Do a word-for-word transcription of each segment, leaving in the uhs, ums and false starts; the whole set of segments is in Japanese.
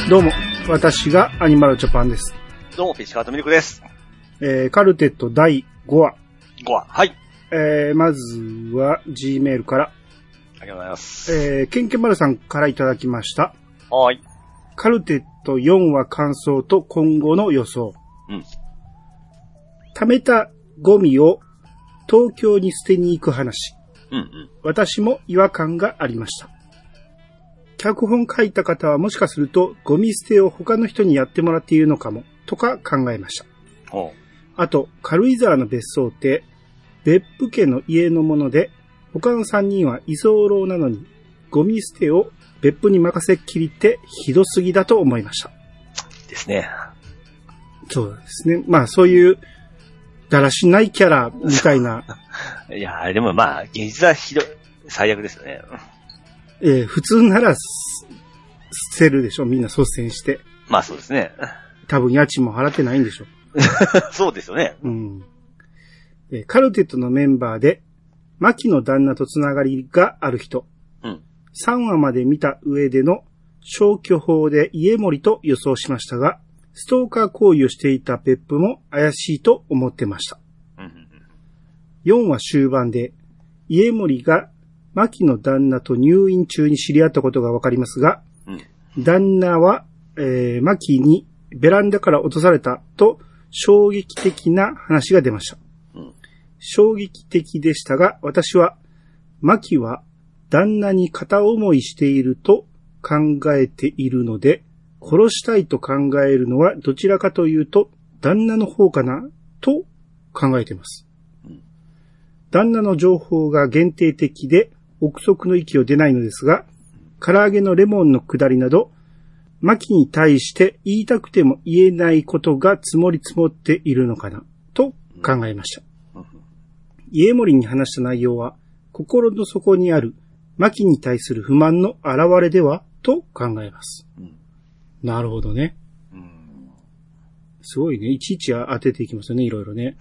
どうも、私がアニマルジャパンです。 どうも、ピチカートミルクです。 えー、カルテットだいごわ。 ごわ、はい。 えー、まずは G メールから。 ありがとうございます。 えー、ケンケンマルさんからいただきました。 はい。 カルテットよんわ感想と今後の予想。 うん。 貯めたゴミを東京に捨てに行く話。 うんうん。 私も違和感がありました。脚本書いた方はもしかするとゴミ捨てを他の人にやってもらっているのかもとか考えました。 ほう。 あと、軽井沢の別荘って別府家の家のもので他のさんにんは居候なのにゴミ捨てを別府に任せっきりってひどすぎだと思いました。 ですね。 そうですね。まあそういうだらしないキャラみたいな。 いや、でもまあ、現実はひどい、最悪ですよね。 えー、普通なら捨てるでしょ。みんな率先して。 まあそうですね。 多分家賃も払ってないんでしょ。 そうですよね。 うん。えー、カルテットのメンバーで、マキの旦那とつながりがある人。 うん。 さんわまで見た上での消去法で家森と予想しましたが、ストーカー行為をしていた別府も怪しいと思ってました。 うんうんうん、 よんわ終盤で、家森がマキの旦那と入院中に知り合ったことがわかりますが、 うん、 旦那は、えー、マキにベランダから落とされたと衝撃的な話が出ました。 うん、 衝撃的でしたが、私はマキは旦那に片思いしていると考えているので、殺したいと考えるのはどちらかというと旦那の方かなと考えています。うん、旦那の情報が限定的で憶測の域を出ないのですが、唐揚げのレモンの下りなど、マキに対して言いたくても言えないことが積もり積もっているのかなと考えました。うん、家森に話した内容は心の底にあるマキに対する不満の表れではと考えます。うん、なるほどね。うん、すごいね。いちいち当てていきますよね、いろいろね。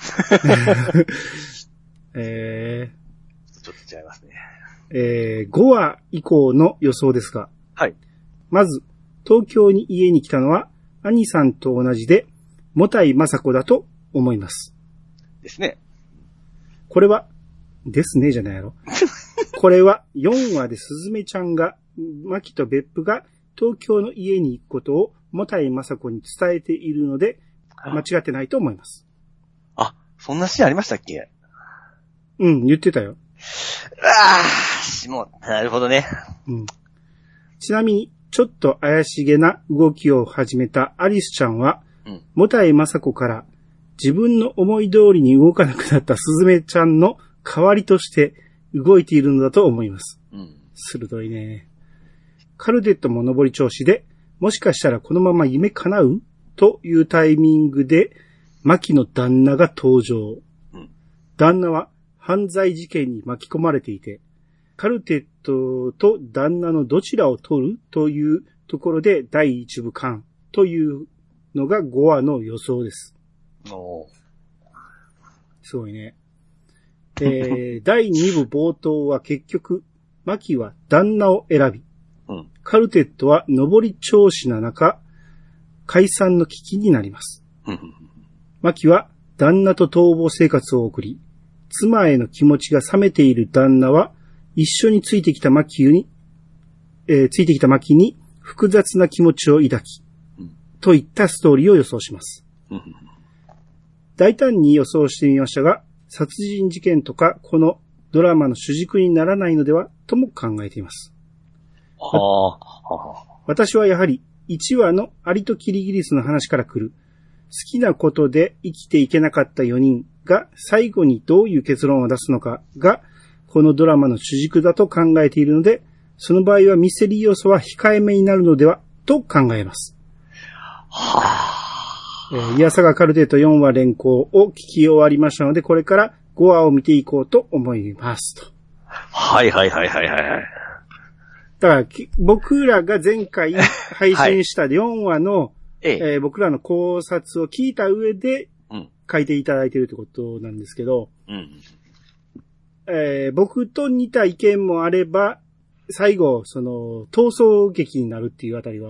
えー、ちょっと違いますね。 えー、ごわ以降の予想ですが。 はい。 まず、東京に家に来たのは、兄さんと同じで、もたいまさこだと思います。 ですね。 これは、ですねじゃないやろ。これはよんわでスズメちゃんが、マキと別府が東京の家に行くことをもたいまさこに伝えているので、間違ってないと思います。 あ、そんなシーンありましたっけ？ うん、言ってたよ。 ああ、もう、なるほどね。 うん。ちなみに、ちょっと怪しげな動きを始めたアリスちゃんは、うん、もたいまさこから自分の思い通りに動かなくなったスズメちゃんの代わりとして動いているのだと思います。うん、鋭いね。カルテットも上り調子で、もしかしたらこのまま夢叶うというタイミングで、マキの旦那が登場。うん、旦那は犯罪事件に巻き込まれていて、カルテットと旦那のどちらを取るというところで第一部完というのがごわの予想です。 おー。 すごいね。えー、だいに部冒頭は結局、マキは旦那を選び、うん、カルテットは上り調子な中、解散の危機になります。マキは旦那と逃亡生活を送り、妻への気持ちが冷めている旦那は、一緒についてきたマキに、えー、ついてきたマキに複雑な気持ちを抱き、うん、といったストーリーを予想します。うん、大胆に予想してみましたが、殺人事件とかこのドラマの主軸にならないのではとも考えています。 はあ、 私はやはりいちわのアリとキリギリスの話から来る、好きなことで生きていけなかったよにんが最後にどういう結論を出すのかが、このドラマの主軸だと考えているので、その場合はミステリー要素は控えめになるのではと考えます。はぁ、えー、イヤサガカルテットよんわ連行を聞き終わりましたので、これからごわを見ていこうと思いますと。 はいはいはいはいはい。 だから僕らが前回配信したよんわの、はいえー、僕らの考察を聞いた上で書いていただいているってことなんですけど、うんえー、僕と似た意見もあれば、最後、その、逃走劇になるっていうあたりは、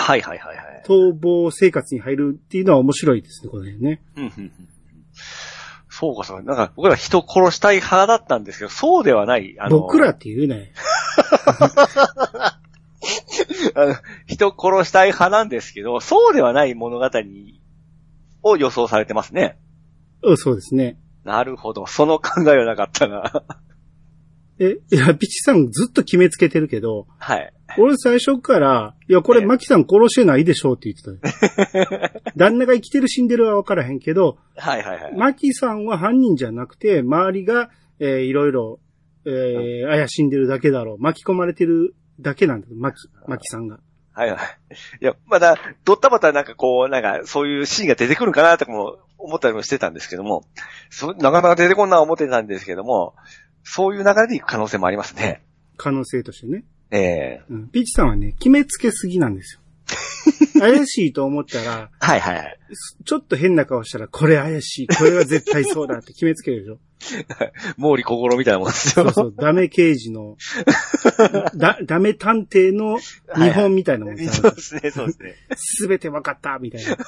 はいはいはいはい。 逃亡生活に入るっていうのは面白いですね、これね。 うんうんうん、そうかそうか。なんか僕ら人殺したい派だったんですけど、そうではない。 あの僕らって言うね。 あの人殺したい派なんですけど、そうではない物語を予想されてますね。 うん、そうですね。 なるほど。その考えはなかったな。 え、いや、ピチさんずっと決めつけてるけど、 はい。 俺最初から、いや、これマキさん殺してないでしょって言ってたよ。旦那が生きてる死んでるは分からへんけど、 はいはいはい。 マキさんは犯人じゃなくて、周りが、えー、いろいろ、えー、怪しんでるだけだろう。巻き込まれてるだけなんだ。マキ、マキさんが。 はいはい。いや、まだ、ドッタバタなんかこう、なんか、そういうシーンが出てくるかなとかも思ったりもしてたんですけども、そなかなか出てこんな思ってたんですけども、そういう流れでいく可能性もありますね。 可能性としてね。 ええーうん。ピーチさんはね、決めつけすぎなんですよ。怪しいと思ったら、 はいはいはい。 ちょっと変な顔したら、これ怪しい、これは絶対そうだって決めつけるでしょ。 毛利心みたいなもんですよ。 そうそう、ダメ刑事の、だ、ダメ探偵の日本みたいなもんです、 はいはい、そうですね、そうですね。 すべて分かった、みたいな。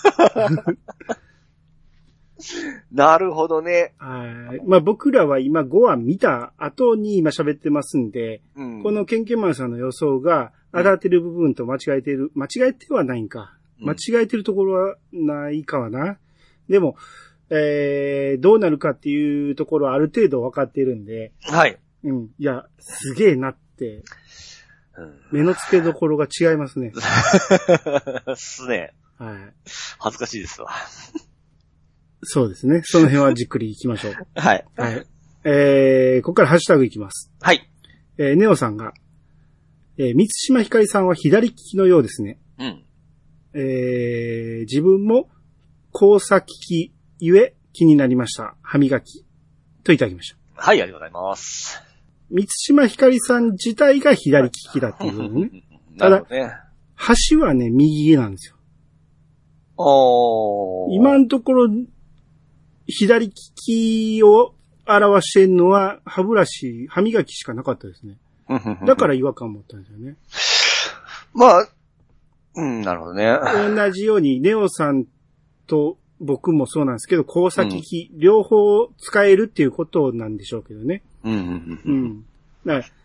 なるほどね。 はい。まあ僕らは今ごわ見た後に今喋ってますんで、うん、このケンケンマンさんの予想が当たってる部分と間違えてる、間違えてはないんか。間違えてるところはないかはな。でも、えー、どうなるかっていうところはある程度分かってるんで。 はい。 うん。いや、すげえなって、目の付けどころが違いますね。 っすね。 はい。 恥ずかしいですわ。 そうですね。その辺はじっくり行きましょう。 はい。 はい。えー、ここからハッシュタグいきます。 はい。 えー、ネオさんが、えー、三島ひかりさんは左利きのようですね。 うん。 えー、自分も交差利きゆえ気になりました。歯磨き。といただきました。 はい、ありがとうございます。 三島ひかりさん自体が左利きだっていうことね。 なるほどね。 ただ、橋はね、右なんですよ。 おー。 今のところ、左利きを表してるのは、歯ブラシ、歯磨きしかなかったですね。だから違和感を持ったんですよね。 まあ、うん、なるほどね。 同じように、ネオさんと僕もそうなんですけど、交差利き、うん、両方使えるっていうことなんでしょうけどね。 うんうんうん。うん。 だから、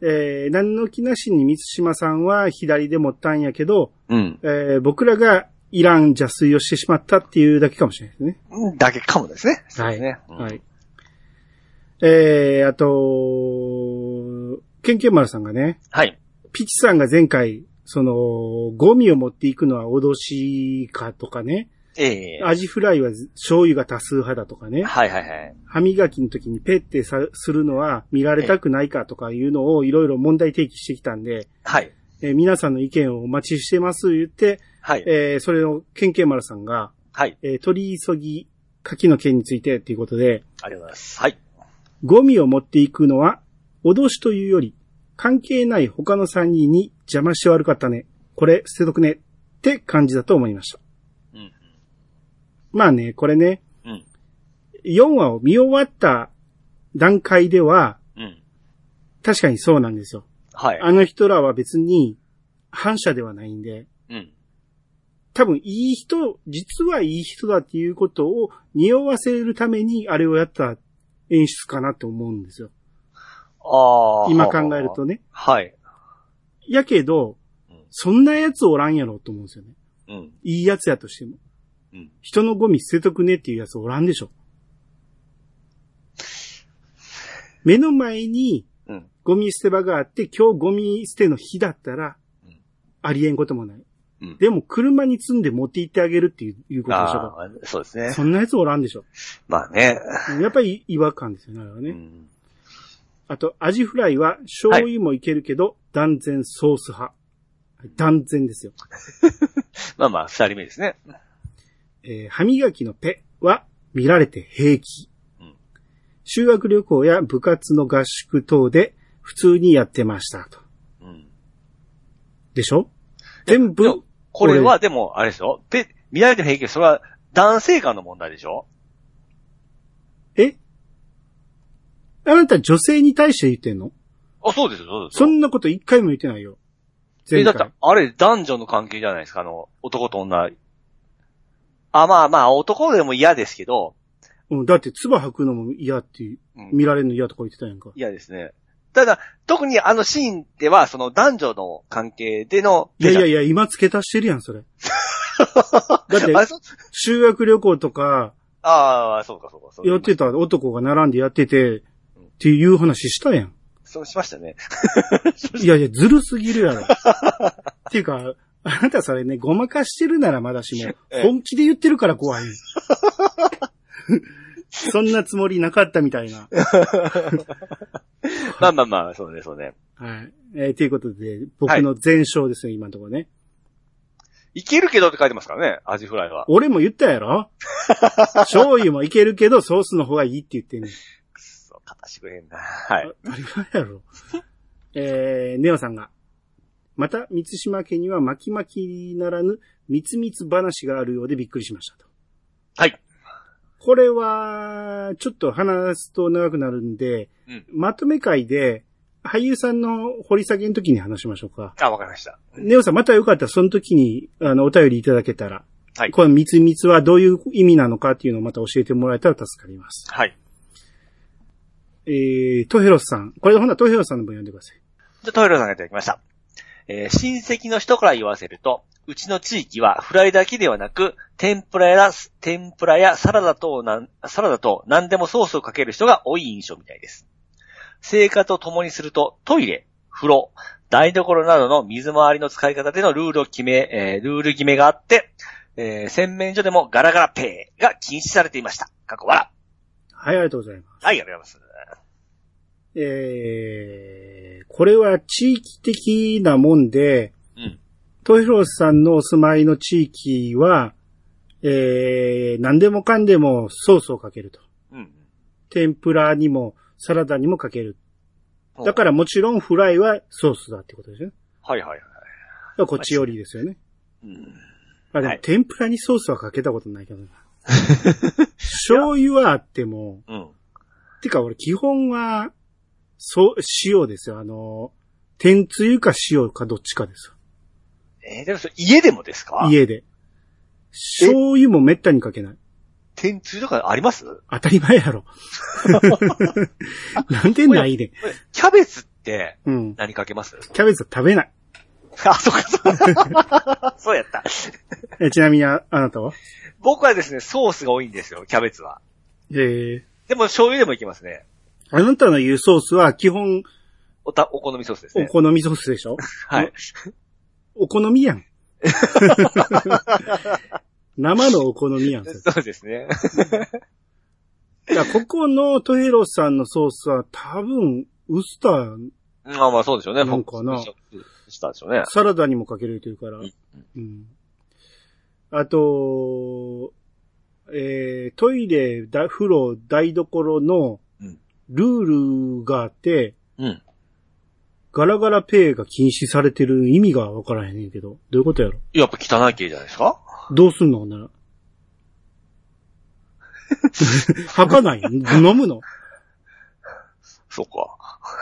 えー、何の気なしに三島さんは左で持ったんやけど、 うん。 えー、僕らがいらん邪推をしてしまったっていうだけかもしれないですね。 だけかもですね。 はい。 ね、 うん、はい。えー、あと、ケンケンマルさんがね。 はい。 ピチさんが前回、その、ゴミを持っていくのは脅しかとかね。 ええー。 アジフライは醤油が多数派だとかね。 はいはいはい。 歯磨きの時にペッてさするのは見られたくないかとかいうのをいろいろ問題提起してきたんで。 はい。 えー、皆さんの意見をお待ちしてます言って、 はい。 えー、それをケンケンマルさんが、 はい。 えー、取り急ぎ牡蠣の件についてっていうことで。 ありがとうございます。はい。 ゴミを持っていくのは、脅しというより、関係ない他のさんにんに邪魔して悪かったね。これ捨てとくね。って感じだと思いました。 うんうん、 まあね、これね、 うん、 よんわを見終わった段階では、 うん、 確かにそうなんですよ。 はい。 あの人らは別に反社ではないんで、 うん、 多分いい人、実はいい人だっていうことを匂わせるためにあれをやった演出かなって思うんですよ。 ああ。 今考えるとね。 はい。 やけど、うん、そんな奴おらんやろと思うんですよね。 うん。 いい奴やとしても。 うん。 人のゴミ捨てとくねっていう奴おらんでしょ。目の前に、ゴミ捨て場があって、今日ゴミ捨ての日だったら、うん、ありえんこともない。うん、でも、車に積んで持って行ってあげるっていう、いうことでしょ。 ああ、そうですね。 そんな奴おらんでしょ。 まあね。 やっぱり違和感ですよね、あれはね。うん、あと、アジフライは醤油もいけるけど、はい、断然ソース派。断然ですよ。 まあまあ、二人目ですね。 えー、歯磨きのペは見られて平気。うん、修学旅行や部活の合宿等で普通にやってましたと。うん、でしょ？全部。 これはでも、あれですよ。ペ、見られて平気。それは男性間の問題でしょ？ え？あなた女性に対して言ってんの？ あ、そうですよ、そうですよ。そんなこと一回も言ってないよ。 え、だって、あれ男女の関係じゃないですか、あの、男と女。あ、まあまあ、男でも嫌ですけど。 うん、だって、唾吐くのも嫌って、うん、見られるの嫌とか言ってたやんか。 嫌ですね。ただ、特にあのシーンでは、その男女の関係での。 いやいやいや、今付け足してるやん、それ。だって、修学旅行とか、 ああ、そうかそうか。そうやってた男が並んでやってて、うん、っていう話したやん。 そうしましたね。 いやいや、ずるすぎるやろ。っていうか、あなたそれね、ごまかしてるならまだしも、本気で言ってるから怖い。そんなつもりなかったみたいな。 まあまあまあ、そうね、そうね。 はい。えー、ということで、僕の全勝ですね、はい、今のところね。 いけるけどって書いてますからね、アジフライは。 俺も言ったやろ醤油もいけるけど、ソースの方がいいって言ってんねん。 くそ、片しくれんな。はい。 当たり前やろ。えー、ネオさんが。また、三島家には巻き巻きならぬ、みつみつ話があるようでびっくりしましたと。 はい。 これは、ちょっと話すと長くなるんで、うん、まとめ会で、俳優さんの掘り下げの時に話しましょうか。 あ、わかりました。 ネオさん、またよかったらその時に、あの、お便りいただけたら、 はい。 このみつみつはどういう意味なのかっていうのをまた教えてもらえたら助かります。 はい。 えー、トヘロスさん。これほんならトヘロスさんの分読んでください。 じゃあ、トヘロスさんがいただきました。えー、親戚の人から言わせると、うちの地域はフライだけではなく、天ぷらや、天ぷらやサラダとなん、サラダと何でもソースをかける人が多い印象みたいです。生活を共にすると、トイレ、風呂、台所などの水回りの使い方でのルールを決め、えー、ルール決めがあって、えー、洗面所でもガラガラペーが禁止されていました。過去は。 はい、ありがとうございます。 はい、ありがとうございます。 えー、これは地域的なもんで、 うん。 トヘロスさんのお住まいの地域は、えー、何でもかんでもソースをかけると。 うん。 天ぷらにもサラダにもかける。だからもちろんフライはソースだってことですよね。 はいはいはい。 こっちよりですよね。 うん。 あ、でも天ぷらにソースはかけたことないけどな。醤油はあっても、 うん。 てか俺基本は、そう、塩ですよ。あの、天つゆか塩かどっちかですよ。 えー、でもそれ家でもですか？ 家で。醤油もめったにかけない。 天つゆとかあります？ 当たり前やろ。なんでないで。 キャベツって何かけます？うん、 キャベツは食べない。 あ、そうかそうか。そうやった。 えちなみにあ、あなたは？ 僕はですね、ソースが多いんですよ、キャベツは。 へえ。 でも醤油でもいけますね。 あなたの言うソースは基本、 おた、お好みソースですね。 お好みソースでしょ？ はい。 お好みやん。生のお好みやん。 そうですね。 いや、ここのトヘロスさんのソースは多分、ウスター。 まあまあそうでしょうね。 なんかな。ウスターでしょうね。 サラダにもかけれてるから。うん。うん、あと、えー、トイレ、だ風呂、台所のルールがあって、 うん。 ガラガラペーが禁止されてる意味がわからへんねんけど。どういうことやろ？ やっぱ汚い系じゃないですか？ どうすんのほんなら。吐かない飲むの？ そうか。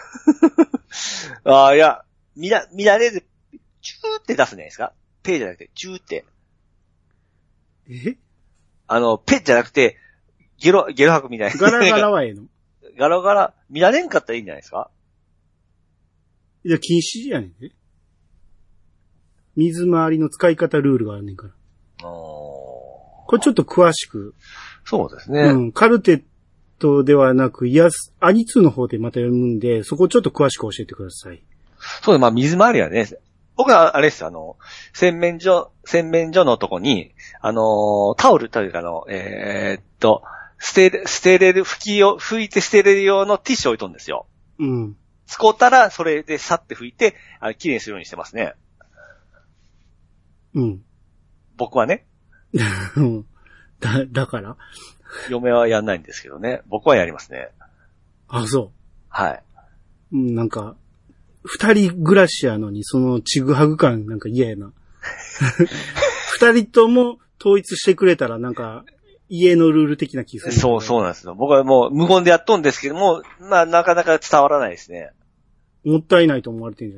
ああ、いや、みな、みなれず、チューって出すんじゃないですか？ペーじゃなくて、チューって。 え？ あの、ペじゃなくて、ゲロ、ゲロ吐くみたいな。 ガラガラはええの？ ガラガラ、見られんかったらいいんじゃないですか？ いや、禁止やねんね。水回りの使い方ルールがあるねんから。 あー。 これちょっと詳しく。 そうですね。 うん。カルテットではなく、イヤス、アニツーの方でまた読むんで、そこちょっと詳しく教えてください。 そうです。まあ、水回りはね、僕はあれです、あの、洗面所、洗面所のとこに、あの、タオルというかあの、えー、っと、捨て、捨てれる、拭きを、拭いて捨てれる用のティッシュを置いとるんですよ。 うん。 使ったら、それでさって拭いて、あの、きれいにするようにしてますね。 うん。 僕はね。 だ、だから嫁はやんないんですけどね。僕はやりますね。 あ、そう。 はい。 うん、なんか、二人暮らしやのに、そのちぐはぐ感なんか嫌やな。二人とも統一してくれたらなんか、家のルール的な気がする。 そう、そうなんですよ。僕はもう無言でやっとんですけども、まあなかなか伝わらないですね。 もったいないと思われてんじゃない？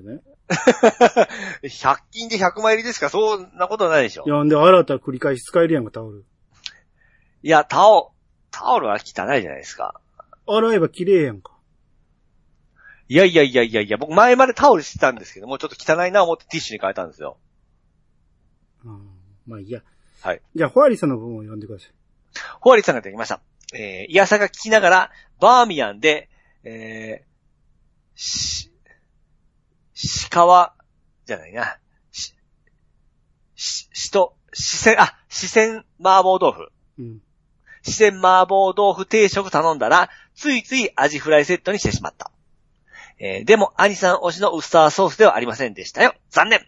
ひゃく均でひゃくまい入りですから、そんなことないでしょ。 いや、んで、新た繰り返し使えるやんか、タオル。 いや、タオ、タオルは汚いじゃないですか。 洗えば綺麗やんか。 いやいやいやいやいや、僕前までタオルしてたんですけども、ちょっと汚いな思ってティッシュに変えたんですよ。 うん。まあいいや。 はい。 じゃあ、ホワリさんの部分を読んでください。 ホワリさんができました。えー、イヤサが聞きながら、バーミヤンで、えー、し、しかわ、じゃないな。し、し、しと、四川、あ、四川麻婆豆腐。 うん。 四川麻婆豆腐定食頼んだら、ついついアジフライセットにしてしまった。えー、でも、兄さん推しのウスターソースではありませんでしたよ。残念。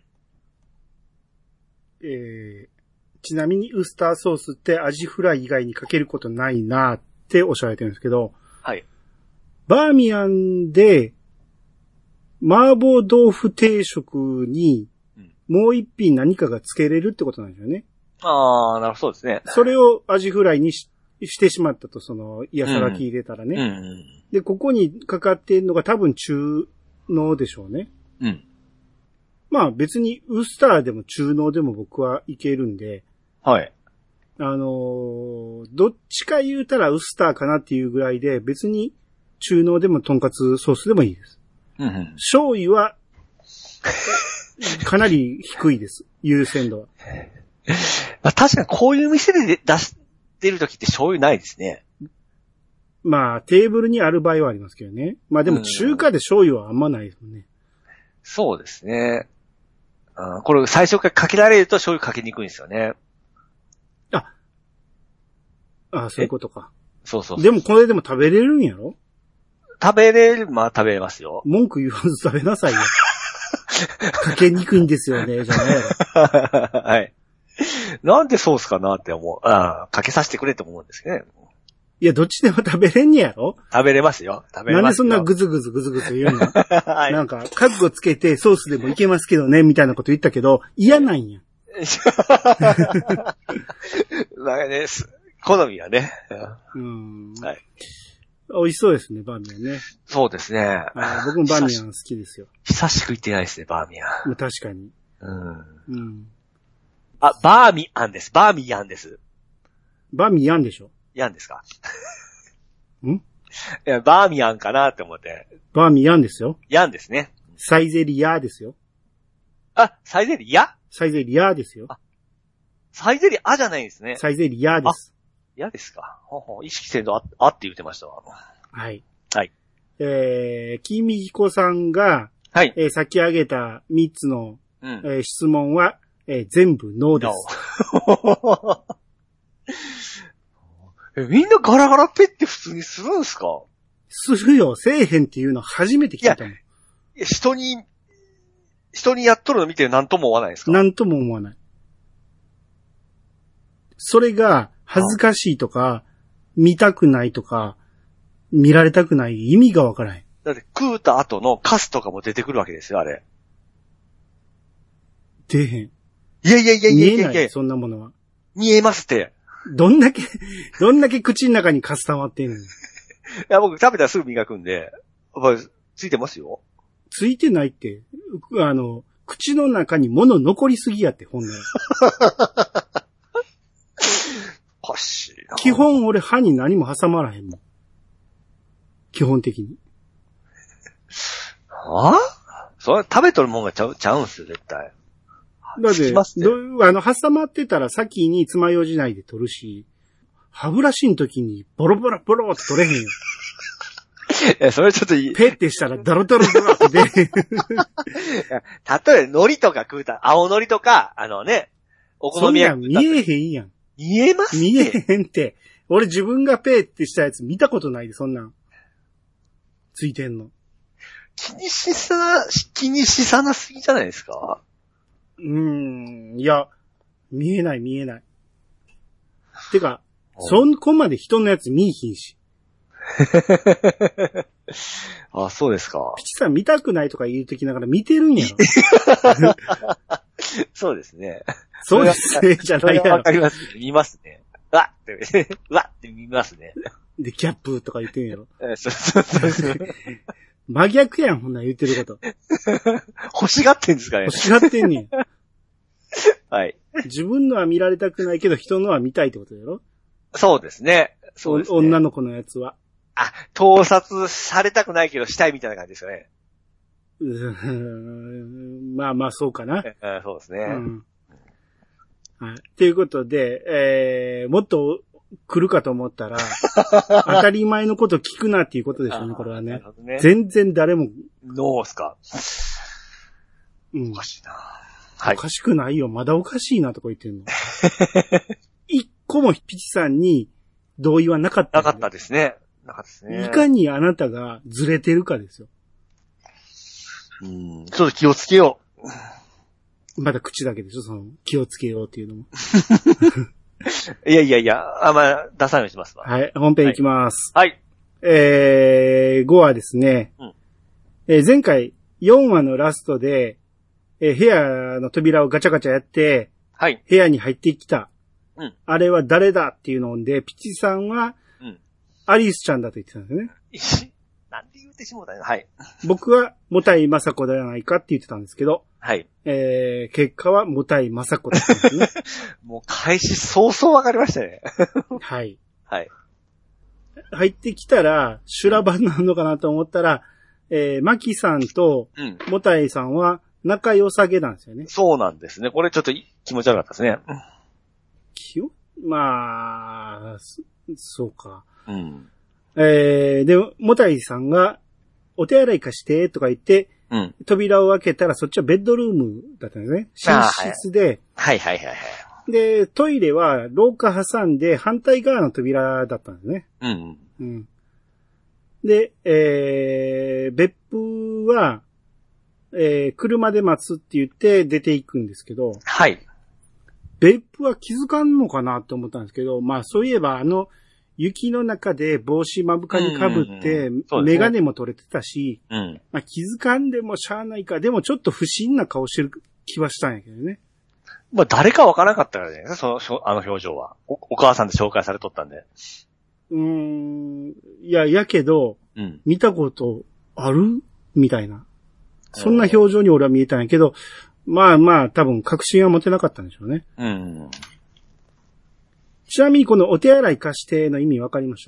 えー、ちなみにウスターソースってアジフライ以外にかけることないなっておっしゃられてるんですけど、 はい。 バーミヤンで、麻婆豆腐定食に、もう一品何かがつけれるってことなんですよね。 あー、なるほど、そうですね。 それをアジフライに し, してしまったと、その、イヤサが聞いてたらね、 うんうん。 で、ここにかかっているのが多分中濃でしょうね。 うん。 まあ別にウスターでも中濃でも僕はいけるんで、 はい。 あのー、どっちか言うたらウスターかなっていうぐらいで、別に中濃でもトンカツソースでもいいです。 うんうん、 醤油は、かなり低いです。優先度は。 まあ、確かにこういう店で出してるときって醤油ないですね。 まあ、テーブルにある場合はありますけどね。まあでも中華で醤油はあんまないですもんね。 そうですね。あ、これ最初からかけられると醤油かけにくいんですよね。 あ、あ、そういうことか。 そうそうそう。 でもこれでも食べれるんやろ？ 食べれる、まあ食べれますよ。 文句言わず食べなさいよ。かけにくいんですよね、じゃないやろ。 はい。なんでソースかなって思う。ああ、かけさせてくれと思うんですけどね。 いや、どっちでも食べれんねやろ？ 食べれますよ。食べれますよ。 なんでそんなグズグズグズグズ言うの？はい、なんか、覚悟つけてソースでもいけますけどね、みたいなこと言ったけど、嫌なんや。 なんかね、好みはね。 うん。 はい。 美味しそうですね、バーミヤンね。 そうですね。 僕もバーミヤン好きですよ。 久しく行ってないですね、バーミヤン。 確かに。 うん。 うん。 あ、バーミヤンです。バーミヤンです。 バーミヤンでしょ？ ヤンですか？ ん？いや、バーミヤンかなって思って。 バーミヤンですよ。 ヤンですね。 サイゼリヤですよ。 あ、サイゼリヤ？ サイゼリヤですよ。 あ、サイゼリアじゃないんですね。 サイゼリヤです。 嫌ですか。ほほ意識せんとあ、あって言ってましたわ。 はい。 はい。 えー、きみひこさんが、はい。えー、先挙げたみっつの、うん、えー、質問は、えー、全部ノーです。 え、みんなガラガラペって普通にするんすか？ するよ。せえへんっていうの初めて聞いたもん。いや、 いや人に、人にやっとるの見て何とも思わないですか？ 何とも思わない。それが恥ずかしいとか、見たくないとか、見られたくない意味がわからない。 だって食うた後のカスとかも出てくるわけですよ、あれ。 出へん。 いやいやいやいやいやいや。 見えない、そんなものは。 見えますって。 どんだけ、どんだけ口の中にカス溜まってんの？いや、僕食べたらすぐ磨くんで、やっぱりついてますよ。 ついてないって、あの、口の中に物残りすぎやって、ほんなら。 おかしいな。 基本俺歯に何も挟まらへんもん。基本的に。 はぁ？それ食べとるもんがちゃう、ちゃうんすよ、絶対。 だって、どあの、挟まってたら先に爪楊枝内で取るし、歯ブラシの時にボロボロボロって取れへんよ。 いや、それちょっといい。 ペってしたらドロドロドロって出へん。 例えば、海苔とか食うた、青海苔とか、あのね、お好み焼き。 そんなん見えへんやん。 見えます見えへんって。俺自分がペーってしたやつ見たことないで、そんなん。ついてんの。 気にしさ、気にしさなすぎじゃないですか？ うーん、いや、見えない見えない。てか、そこまで人のやつ見えひんし。 あ、そうですか。 ピチさん見たくないとか言うときながら見てるんやろ。 そうですね。 そうですね、じゃないやろ。 わかります。見ますね。うわって、うわって見ますね。 で、キャップとか言ってんやろ。 そうそうそうそう。 真逆やん、ほんなら言ってること。 欲しがってんですかね。 欲しがってんねん。 はい。 自分のは見られたくないけど、人のは見たいってことだろ？ そうですね。そうですね。 女の子のやつは。 あ、盗撮されたくないけどしたいみたいな感じですよね。 うーん、まあまあ、そうかな。 あそうですね。うん。 はい。ということで、えー、もっと来るかと思ったら、当たり前のこと聞くなっていうことでしょうね、これはね。なるほどね。全然誰も。 ノースか。 うん。 おかしいな。はい。 おかしくないよ。まだおかしいなとか言ってんの。一個もピチさんに同意はなかった。 なかったですね。なかったですね。 いかにあなたがずれてるかですよ。 うん。ちょっと気をつけよう。まだ口だけでしょ、その、気をつけようっていうのも。 いやいやいや、あ、まあ、出さないようにしますわ。 はい、本編いきます。 はい。はい、 えー、ごはですね、うんえー、前回よんわのラストで、えー、部屋の扉をガチャガチャやって、はい。部屋に入ってきた。うん。あれは誰だっていうので、ピチさんは、うん。アリスちゃんだと言ってたんですよね。 なんで言ってしもうたんや。はい。 僕は、もたいまさこではないかって言ってたんですけど、はい。えー、結果はもたいまさこだったんですね。 もう開始早々わかりましたね。 はい。 はい。 入ってきたら、修羅場になるのかなと思ったら、えー、マキさんと、もたいさんは仲良さげなんですよね。 そうなんですね。これちょっと気持ち悪かったですね。 気をまあ、そうか。うん。えー、で、もたいさんが、お手洗い貸して、とか言って、うん、扉を開けたらそっちはベッドルームだったんですね。寝室で。 はいはいはいはい。 で、トイレは廊下挟んで反対側の扉だったんですね。うん、うん。で、えー、別府は、えー、車で待つって言って出ていくんですけど。はい。別府は気づかんのかなって思ったんですけど、まあそういえばあの、雪の中で帽子目深に被って、メガネも取れてたし、うん、まあ、気づかんでもしゃあないか、でもちょっと不審な顔してる気はしたんやけどね。 まあ、誰かわからなかったからね、その、あの表情はお。お母さんで紹介されとったんで。 うーん、いや、やけど、うん、見たことあるみたいな。そんな表情に俺は見えたんやけど、まあまあ、多分確信は持てなかったんでしょうね。うん。ちなみにこのお手洗い貸しての意味わかりました？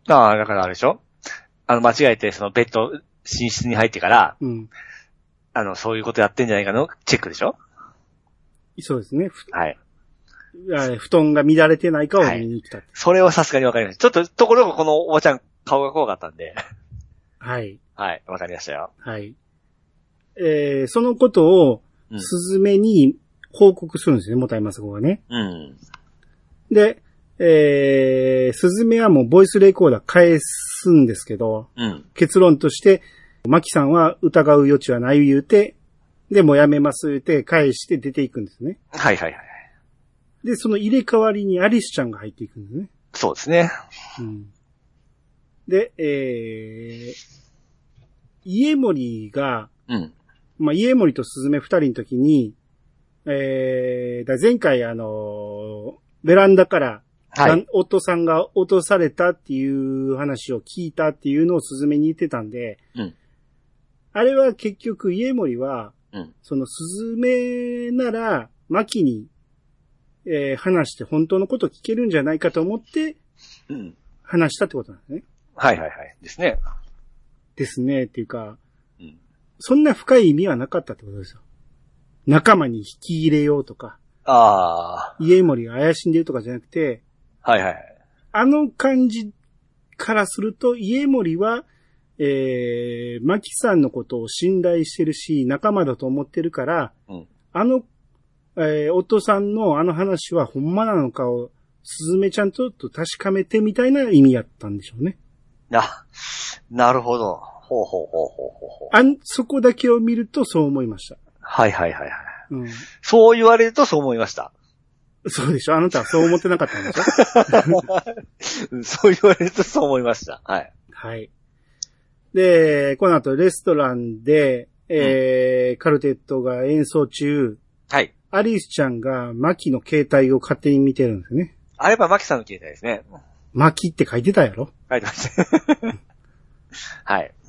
ああ、だからあれでしょ？あの、間違えてそのベッド、寝室に入ってから、うん。あの、そういうことやってんじゃないかのチェックでしょ？ そうですね。はい。布団が乱れてないかを見に来た、はい。 それはさすがにわかりました。ちょっと、ところがこのおばちゃん顔が怖かったんで。 はい。 はい、わかりましたよ。 はい。えー、そのことを、スズメに報告するんですね、もたいまさこがね。うん。で、えー、スズメはもうボイスレコーダー返すんですけど、うん、結論として、マキさんは疑う余地はない言うて、で、もうやめます言うて返して出ていくんですね。 はいはいはい。 で、その入れ替わりにアリスちゃんが入っていくんですね。 そうですね。 うん、で、えー、家森が、うん、まあ、家森とスズメ二人の時に、えー、だ前回あのー、ベランダから、はい、夫さんが落とされたっていう話を聞いたっていうのをスズメに言ってたんで、うん、あれは結局家森は、うん、そのスズメなら、マキに、えー、話して本当のこと聞けるんじゃないかと思って、うん、話したってことなんですね。 はいはいはい。ですね。 ですね。っていうか、うん、そんな深い意味はなかったってことですよ。仲間に引き入れようとか。ああ。家森が怪しんでるとかじゃなくて、 はいはい。 あの感じからすると、家森は、えー、マキさんのことを信頼してるし、仲間だと思ってるから、うん、あの、えー、夫さんのあの話はほんまなのかを、スズメちゃんと確かめてみたいな意味やったんでしょうね。 あ、なるほど。ほうほうほうほうほう。 あん、そこだけを見るとそう思いました。 はいはいはいはい。うん、そう言われるとそう思いました。 そうでしょ？あなたはそう思ってなかったんでしょそう言われるとそう思いました。はい。 はい。で、この後レストランで、えーうん、カルテットが演奏中、はい。アリスちゃんがマキの携帯を勝手に見てるんですよね。 あればマキさんの携帯ですね。 マキって書いてたやろ？ 書いてました。はい。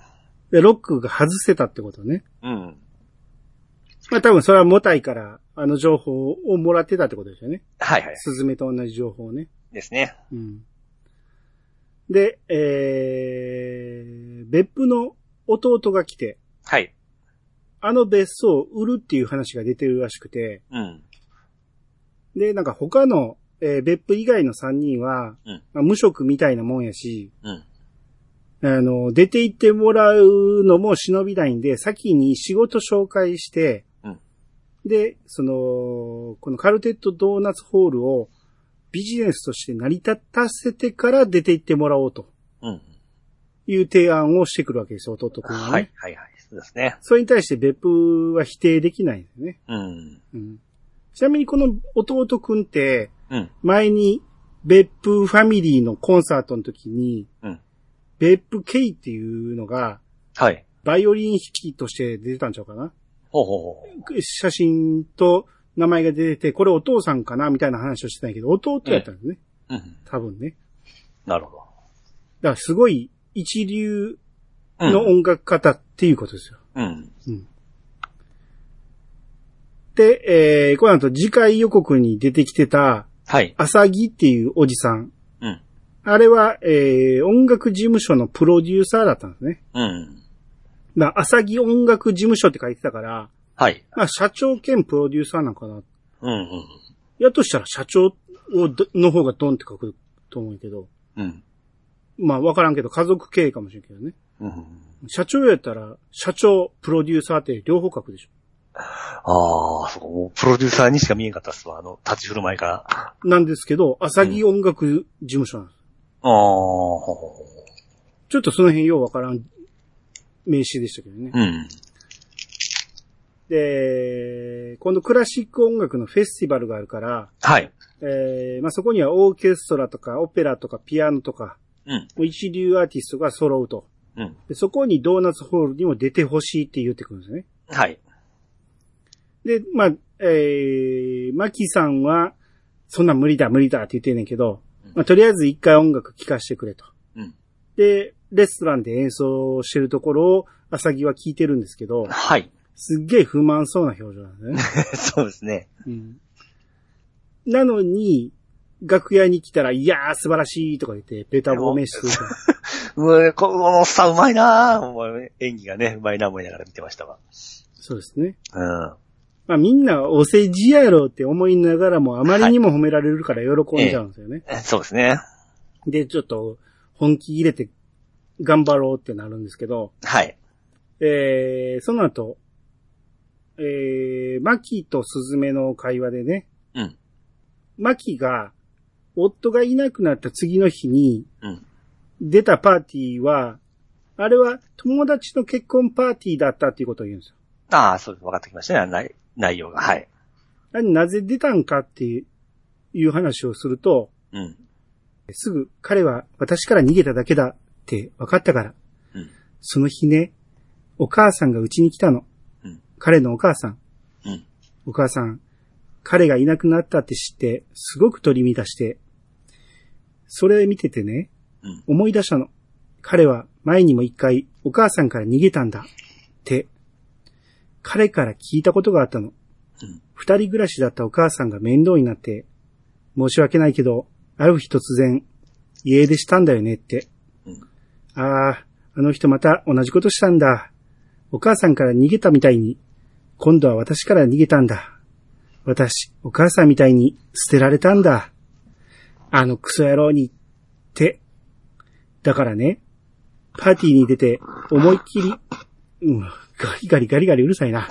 で、ロックが外せたってことね。 うん。 まあ多分それはモタイからあの情報をもらってたってことですよね。 はいはい。 スズメと同じ情報をね。 ですね。 うん。で、えー、別府の弟が来て、 はい。 あの別荘を売るっていう話が出てるらしくて、 うん。 で、なんか他の、えー、別府以外のさんにんは、 うんまあ、無職みたいなもんやし、 うん。 あの、出て行ってもらうのも忍びないんで、先に仕事紹介して、 うん。 で、その、このカルテットドーナツホールをビジネスとして成り立たせてから出て行ってもらおうと。 うん。 いう提案をしてくるわけですよ、弟くんはね。 はい、はい、はい。そうですね。 それに対して別府は否定できないんですね。 うん。 うん。ちなみにこの弟くんって、 うん。 前に別府ファミリーのコンサートの時に、 うん。 別府 K っていうのが、 はい。 バイオリン弾きとして出てたんちゃうかな。 ほうほうほう。写真と名前が出てて、これお父さんかなみたいな話をしてたんやけど、弟やったんですね。 うん。うん。 多分ね。 なるほど。 だからすごい一流の音楽家っていうことですよ。 うん。 うん。で、えー、この後次回予告に出てきてた、 はい。 アサギっていうおじさん。 うん。 あれは、えー、音楽事務所のプロデューサーだったんですね。 うん。 まあ、アサギ音楽事務所って書いてたから、 はい。 まあ、社長兼プロデューサーなんかな。 うんうん。 やとしたら社長をどの方がドンって書くと思うけど。 うん。 まあ、わからんけど、家族経営かもしれんけどね。 うん。 社長やったら、社長、プロデューサーって両方書くでしょ。 ああ、そうか、もうプロデューサーにしか見えんかったっすわ、あの、立ち振る舞いから。 なんですけど、アサギ音楽事務所なんです。 うん、ああ、ほほほ。 ちょっとその辺ようわからん名詞でしたけどね。 うん。 で、今度クラシック音楽のフェスティバルがあるから、 はい。 えー、まあ、そこにはオーケストラとかオペラとかピアノとか、 うん。 一流アーティストが揃うと。 うん。 でそこにドーナツホールにも出てほしいって言ってくるんですね。 はい。 で、まあ、えー、マキさんは、そんな無理だ無理だって言ってんねんけど、うん、まあ、とりあえず一回音楽聴かせてくれと。 うん。 で、レストランで演奏してるところを、アサギは聞いてるんですけど、 はい。 すっげえ不満そうな表情なんですね。 そうですね。 うん。なのに、楽屋に来たら、いやー素晴らしいとか言って、ベタ褒めすると。 うこのおっさんうまいなぁ。演技がね、うまいなぁ思いながら見てましたわ。 そうですね。 うん。まあみんなお世辞やろって思いながらもあまりにも褒められるから喜んじゃうんですよね。 はい、そうですね。 で、ちょっと本気入れて頑張ろうってなるんですけど。 はい。 えー、その後、えー、マキとスズメの会話でね。 うん。 マキが、夫がいなくなった次の日に、 うん。 出たパーティーは、あれは友達の結婚パーティーだったっていうことを言うんですよ。ああ、そうです。分かってきましたね。内、内容が。はい。 なぜ出たんかっていう話をすると、 うん。 すぐ彼は私から逃げただけだって分かったから。 うん。 その日ね、お母さんが家に来たの。 うん。 彼のお母さん。 うん。 お母さん、彼がいなくなったって知って、すごく取り乱して、それ見ててね、 うん、 思い出したの。彼は前にも一回お母さんから逃げたんだ。って、彼から聞いたことがあったの。 うん、 二人暮らしだったお母さんが面倒になって、申し訳ないけど、ある日突然、家出したんだよねって。 うん、 ああ、あの人また同じことしたんだ。お母さんから逃げたみたいに、今度は私から逃げたんだ。私、お母さんみたいに捨てられたんだ。あのクソ野郎に、って。だからね、パーティーに出て思いっきり、うん、ガリガリガリガリうるさいな。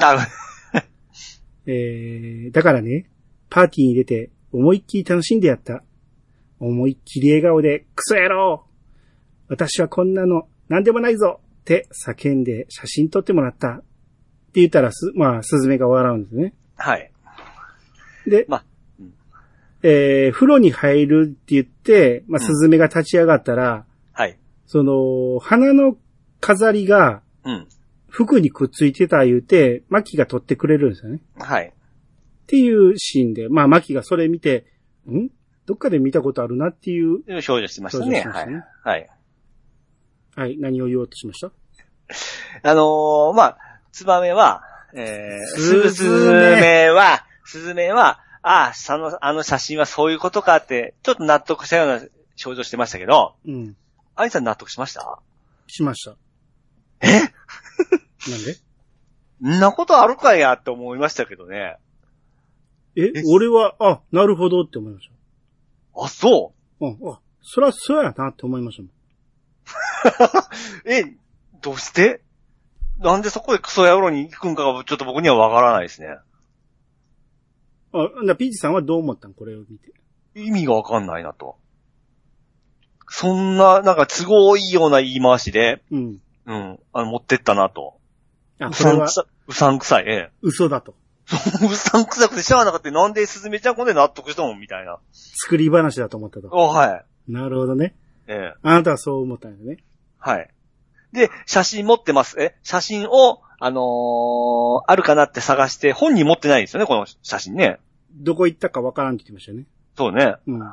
えー、だからね、パーティーに出て思いっきり楽しんでやった。思いっきり笑顔で、クソ野郎！私はこんなのなんでもないぞって叫んで写真撮ってもらった。って言ったらす、まあ、スズメが笑うんですね。 はい。 で、 まあ、うん、 えー、風呂に入るって言って、まあ、スズメが立ち上がったら、うん、 はい。 その、花の飾りが、 うん。 服にくっついてた言うて、マキが取ってくれるんですよね。 はい。 っていうシーンで、まあ、マキがそれ見て、んどっかで見たことあるなっていう。 表情してましたね。はい。はい。 はい。何を言おうとしました？ あのー、まあ、ツバメは、えー、 ススズメは、スズメは、ああ、あの、あの写真はそういうことかって、ちょっと納得したような表情してましたけど、 うん。 アニさん納得しました？ しました。 えなんでんなことあるかやって思いましたけどね。 え、俺は、あ、なるほどって思いました。 あ、そう。 うん、あ、そらそうやなって思いましたもん。 え、どうしてなんでそこでクソ野郎に行くんかがちょっと僕にはわからないですね。 あ、な、ピーチさんはどう思ったんこれを見て。 意味がわかんないなと。そんな、なんか都合いいような言い回しで、 うん。 うん、あの、持ってったなと。 あ、 うさんくさ、うさんくさい、ええ。 嘘だと。 うさんくさくてしゃあなかったなんでスズメちゃんこんで納得したもんみたいな。 作り話だと思ったと。 おはい。 なるほどね。 ええ。 あなたはそう思ったんだね。 はい。で、写真持ってます。え、写真を、あのー、あるかなって探して、本人持ってないんですよね、この写真ね。 どこ行ったかわからんって言ってましたよね。 そうね。 うん。うん。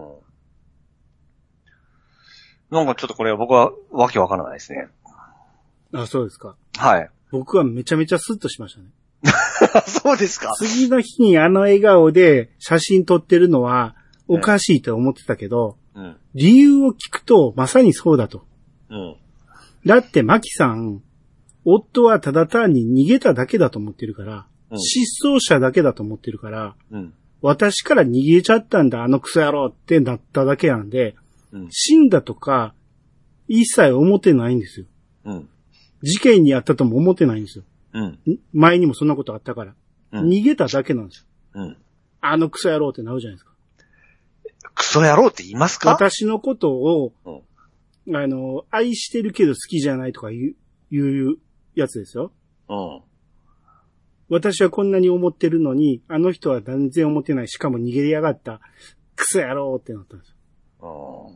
なんかちょっとこれは僕はわけわからないですね。 あ、そうですか。 はい。 僕はめちゃめちゃスッとしましたね。 そうですか。 次の日にあの笑顔で写真撮ってるのはおかしいと思ってたけど、 うん、 理由を聞くとまさにそうだと。 うん、 だってマキさん、夫はただ単に逃げただけだと思ってるから、うん、失踪者だけだと思ってるから、うん、私から逃げちゃったんだ、あのクソ野郎ってなっただけなんで、うん、死んだとか一切思ってないんですよ。うん、事件にあったとも思ってないんですよ。うん、前にもそんなことあったから、うん。逃げただけなんですよ。うん、あのクソ野郎ってなるじゃないですか。 クソ野郎って言いますか？ 私のことを、うん、あの、愛してるけど好きじゃないとか言う、言うやつですよ。うん、私はこんなに思ってるのに、あの人は全然思ってない。しかも逃げやがった。クソ野郎ってなったんですよ。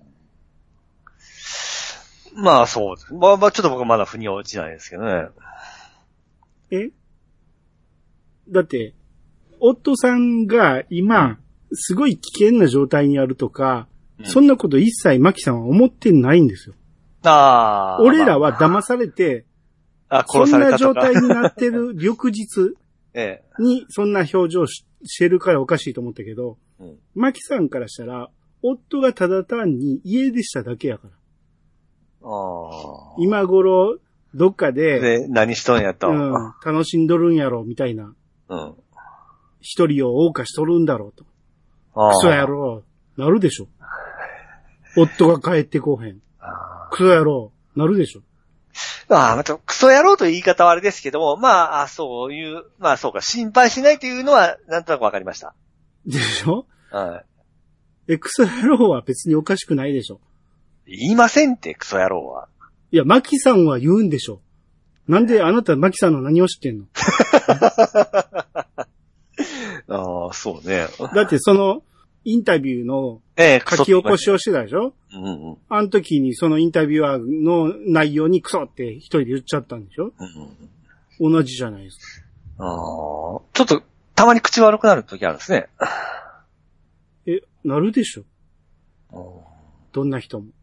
うん、まあそうです。まあまあちょっと僕はまだ腑に落ちないですけどね。 えだって、夫さんが今、すごい危険な状態にあるとか、うん、そんなこと一切マキさんは思ってないんですよ。ああ。俺らは騙されて、あ、殺されたとかそんな状態になってる翌日にそんな表情してるからおかしいと思ったけど、うん、マキさんからしたら、夫がただ単に家出しただけやから。あ今頃、どっかで、 で、何しとんやと。 うん。楽しんどるんやろ、みたいな。うん。一人を謳歌しとるんだろうと。クソ野郎、なるでしょ。夫が帰ってこうへん。クソ野郎、なるでしょ。 まあ、また、クソ野郎という言い方はあれですけども、まあ、そういう、まあそうか、心配しないというのは、なんとなくわかりました。 でしょ？はい。え、クソ野郎は別におかしくないでしょ。 言いませんって、クソ野郎は。 いや、マキさんは言うんでしょ。なんであなたマキさんの何を知ってんの？ ああ、そうね。 だってそのインタビューの書き起こしをしてたでしょ、ええ、うんうん、あの時にそのインタビュアーの内容にクソって一人で言っちゃったんでしょ、うんうん、同じじゃないですか。 ああ、ちょっとたまに口悪くなる時あるんですね。 え、なるでしょ。どんな人も。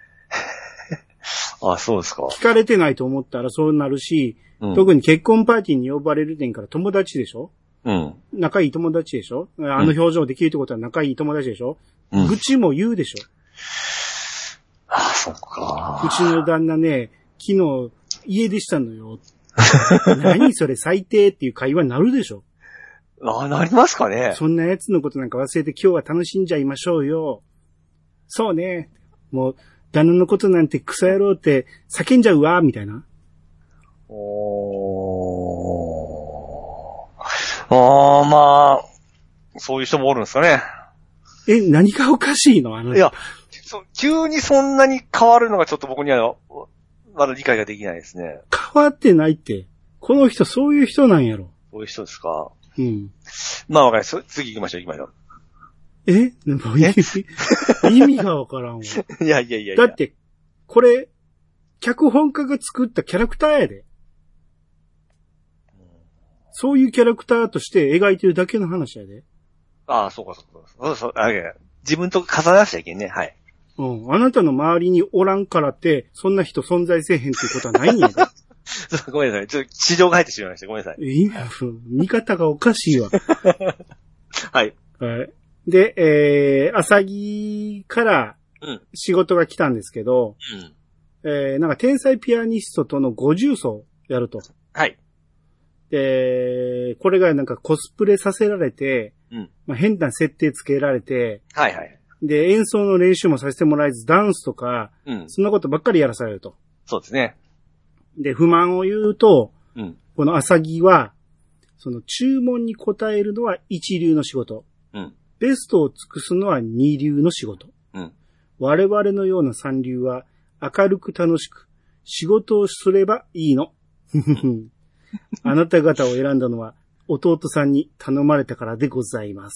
あ、そうですか。 聞かれてないと思ったらそうなるし、うん、特に結婚パーティーに呼ばれる点から友達でしょ、うん、仲いい友達でしょ、あの表情できるってことは仲いい友達でしょ、うん、愚痴も言うでしょ。 あ、そっか。 うちの旦那ね、昨日家出したのよ。何それ最低っていう会話になるでしょ。 あ、なりますかね。 そんな奴のことなんか忘れて今日は楽しんじゃいましょうよ。そうね。もう、旦那のことなんてクソ野郎って叫んじゃうわ、みたいな。 おー。あー、まあ、そういう人もおるんですかね。 え、何がおかしいのあの。 いや、そ、急にそんなに変わるのがちょっと僕には、まだ理解ができないですね。 変わってないって。この人そういう人なんやろ。 そういう人ですか。 うん。 まあわかります。次行きましょう、行きましょう。 えでも意味、意味がわからんわ。いやいやいやいや。 だって、これ、脚本家が作ったキャラクターやで。そういうキャラクターとして描いてるだけの話やで。 ああ、そうかそうか。そうそう。あ、いや自分と重ならしちゃいけんね。はい。 うん。あなたの周りにおらんからって、そんな人存在せえへんっていうことはないんやで。 ごめんなさい。ちょっと、市場が入ってしまいました。ごめんなさい。 いや、見方がおかしいわ。 はい。 はい。で、えー、朝木から仕事が来たんですけど、うん、えー、なんか天才ピアニストとのご重奏やると。 はい。 で、これがなんかコスプレさせられて、うん、まあ、変な設定つけられて、 はいはい。 で、演奏の練習もさせてもらえず、ダンスとか、うん、そんなことばっかりやらされると。 そうですね。 で、不満を言うと、 うん、 この朝木は、その注文に応えるのは一流の仕事。 うん、 ベストを尽くすのは二流の仕事。 うん、 我々のような三流は明るく楽しく仕事をすればいいの。あなた方を選んだのは弟さんに頼まれたからでございます。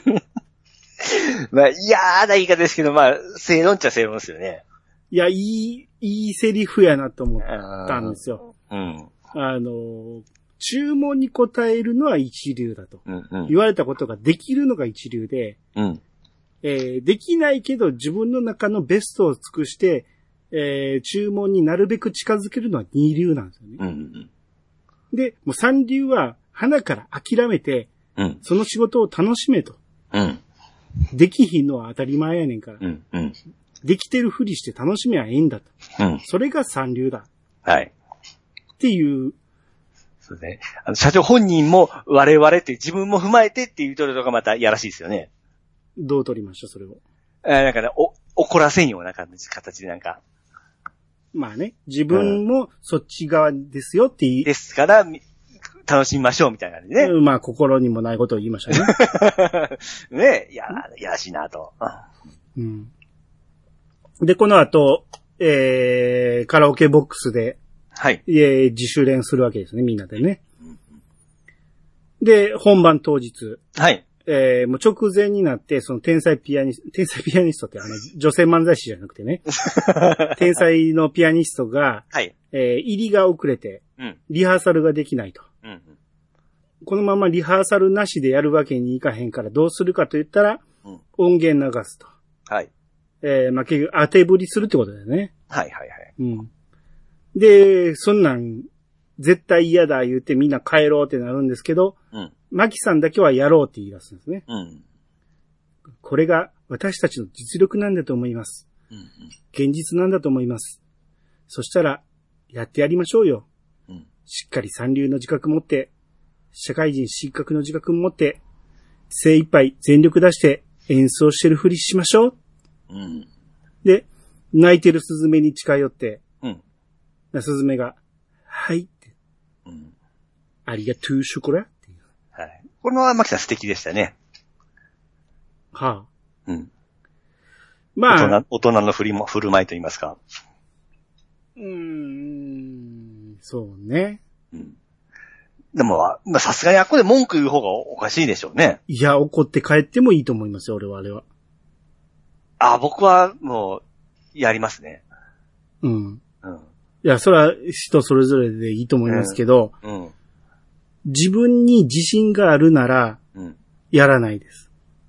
まあ、嫌な言い方ですけど、まあ、正論っちゃ正論ですよね。 いや、いい、いいセリフやなと思ったんですよ。 うん。 あの、注文に応えるのは一流だと。 うんうん、 言われたことができるのが一流で、 うんえー、できないけど自分の中のベストを尽くして、えー、注文になるべく近づけるのは二流なんですよね。 うんうん、 で、もう三流は鼻から諦めて、 うん、 その仕事を楽しめと。 うん、 できひんのは当たり前やねんから。 うんうん、 できてるふりして楽しめばいいんだと。 うん、 それが三流だ。 はい。 っていう。 そうですね。あの、社長本人も我々って自分も踏まえてっていうところがまたいやらしいですよね。 どう取りましたそれを。 えー、なんかね、お、怒らせんような感じ、形でなんか。 まあね、自分もそっち側ですよって言い、 うん、ですから、楽しみましょうみたいなね。 うん、まあ心にもないことを言いましたね。ねえ、いや、いやらしいなと。 うん。で、この後、えー、カラオケボックスで、 はい。 えー、自主練するわけですね、みんなでね。で、本番当日。 はい。 えー、もう直前になって、その天才ピアニスト、天才ピアニストってあの、女性漫才師じゃなくてね。天才のピアニストが、 はい。 えー、入りが遅れて、 うん。 リハーサルができないと。 うんうん。 このままリハーサルなしでやるわけにいかへんからどうするかと言ったら、うん、音源流すと。 はい。 えー、まあ、結局当てぶりするってことだよね。 はいはいはい。 うん。で、そんなん、絶対嫌だ言ってみんな帰ろうってなるんですけど、 うん。 マキさんだけはやろうって言い出すんですね。 うん。 これが私たちの実力なんだと思います。 うんうん、 現実なんだと思います。そしたら、やってやりましょうよ。 うん、 しっかり三流の自覚持って、社会人失格の自覚持って、精一杯全力出して演奏してるふりしましょう。 うん、 で、泣いてるスズメに近寄って、 うん、 スズメが、はいって、 うん、 ありがとうショコラっていう。 はい。これはマキさん素敵でしたね。 はあ。 うん。 まあ。 大人、大人の振りも、振る舞いと言いますか。 うーん、そうね。 うん。でも、まあ、さすがにあっこで文句言う方がおかしいでしょうね。 いや、怒って帰ってもいいと思いますよ、俺は、あれは。 あ、僕は、もう、やりますね。 うん。 うん。 いや、それは人それぞれでいいと思いますけど、 うん。うん、 自分に自信があるなら、 うん、 やらないです。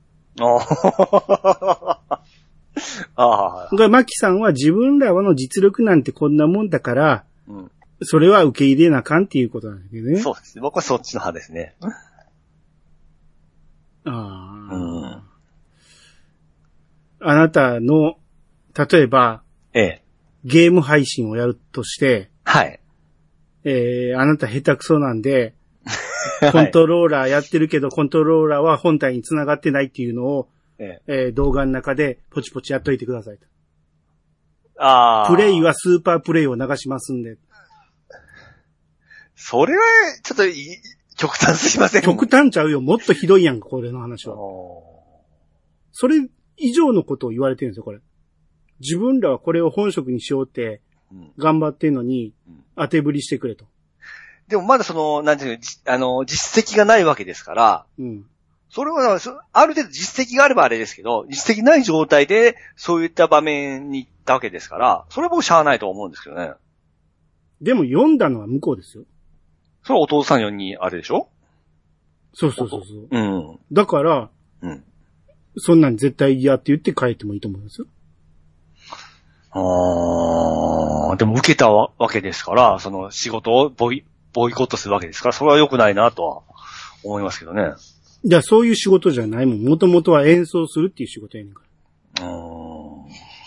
ああ。 が、マキさんは自分らの実力なんてこんなもんだから、 うん、 それは受け入れなあかんっていうことなんだけどね。 そうですね。僕はそっちの派ですね。 ああ、 うん。 あなたの、例えば、 ええ、 ゲーム配信をやるとして、 はい。 えー、あなた下手くそなんで、コントローラーやってるけど、コントローラーは本体に繋がってないっていうのを、 ええー、動画の中でポチポチやっといてくださいと。 ああ。 プレイはスーパープレイを流しますんで。 それは、ちょっとい、極端すぎません？ 極端ちゃうよ。もっとひどいやんか、これの話は。それ以上のことを言われてるんですよ、これ。自分らはこれを本職にしようって、頑張ってんのに、当てぶりしてくれと。 でもまだその、なんていうの、あの、実績がないわけですから、 うん。 それは、ある程度実績があればあれですけど、実績ない状態で、そういった場面に行ったわけですから、それは僕しゃあないと思うんですけどね。 でも読んだのは向こうですよ。 それはお父さんよにあれでしょ？ そうそうそうそう。 うん。 だから、 うん。 そんなん絶対嫌って言って帰ってもいいと思うんですよ。 ああ、でも受けたわけですから、その仕事をボイ、ボイコットするわけですから、それは良くないなとは思いますけどね。 いや、そういう仕事じゃないもん。もともとは演奏するっていう仕事やねんから。 うーん。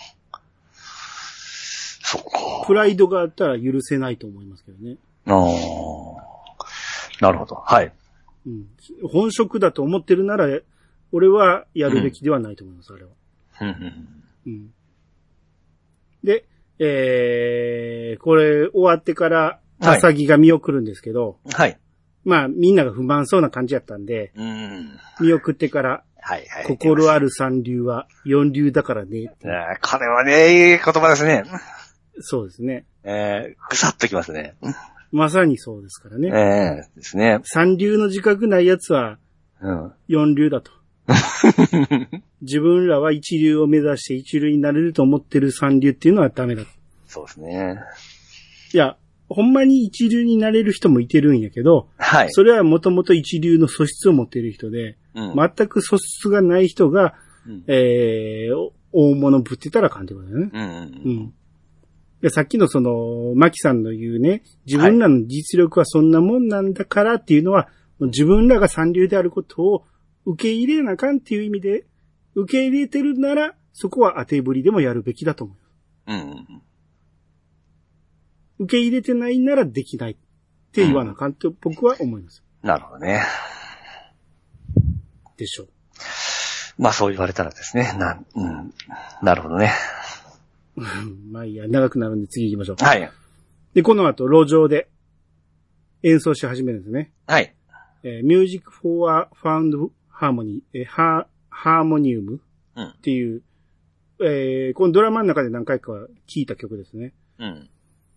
そっか。 プライドがあったら許せないと思いますけどね。 ああ。なるほど。はい。 うん。本職だと思ってるなら、俺はやるべきではないと思います、うん、あれは。うん、うん。で、えー、これ終わってから、アサギが見送るんですけど、 はい。 まあ、みんなが不満そうな感じやったんで、 うん、 見送ってから、 はいはい。 心ある三流は四流だからね。 あこれはね、いい言葉ですね。 そうですね。 えー、ぐさっときますね。 まさにそうですからね。 えー、ですね。 三流の自覚ない奴は、四流だと。自分らは一流を目指して一流になれると思ってる三流っていうのはダメだ。 そうですね。 いや、ほんまに一流になれる人もいてるんやけど、 はい。 それはもともと一流の素質を持っている人で、うん、全く素質がない人が、うん、えー、大物ぶってたらあかんってことだよね。うんうんうんうんでさっきのその、マキさんの言うね、自分らの実力はそんなもんなんだからっていうのは、はい、自分らが三流であることを受け入れなあかんっていう意味で、受け入れてるなら、そこは当てぶりでもやるべきだと思う。うんうん、受け入れてないならできないって言わなあかんと僕は思います。 うん、なるほどね。 でしょう。 まあそう言われたらですね。な、うん、なるほどね。 まあいいや、長くなるんで次行きましょう。 はい。 で、この後、路上で演奏し始めるんですね。 はい。 えー、Music for a Found Harmony、えー、ハーモニウムっていう、うん、えー、このドラマの中で何回か聴いた曲ですね。うん。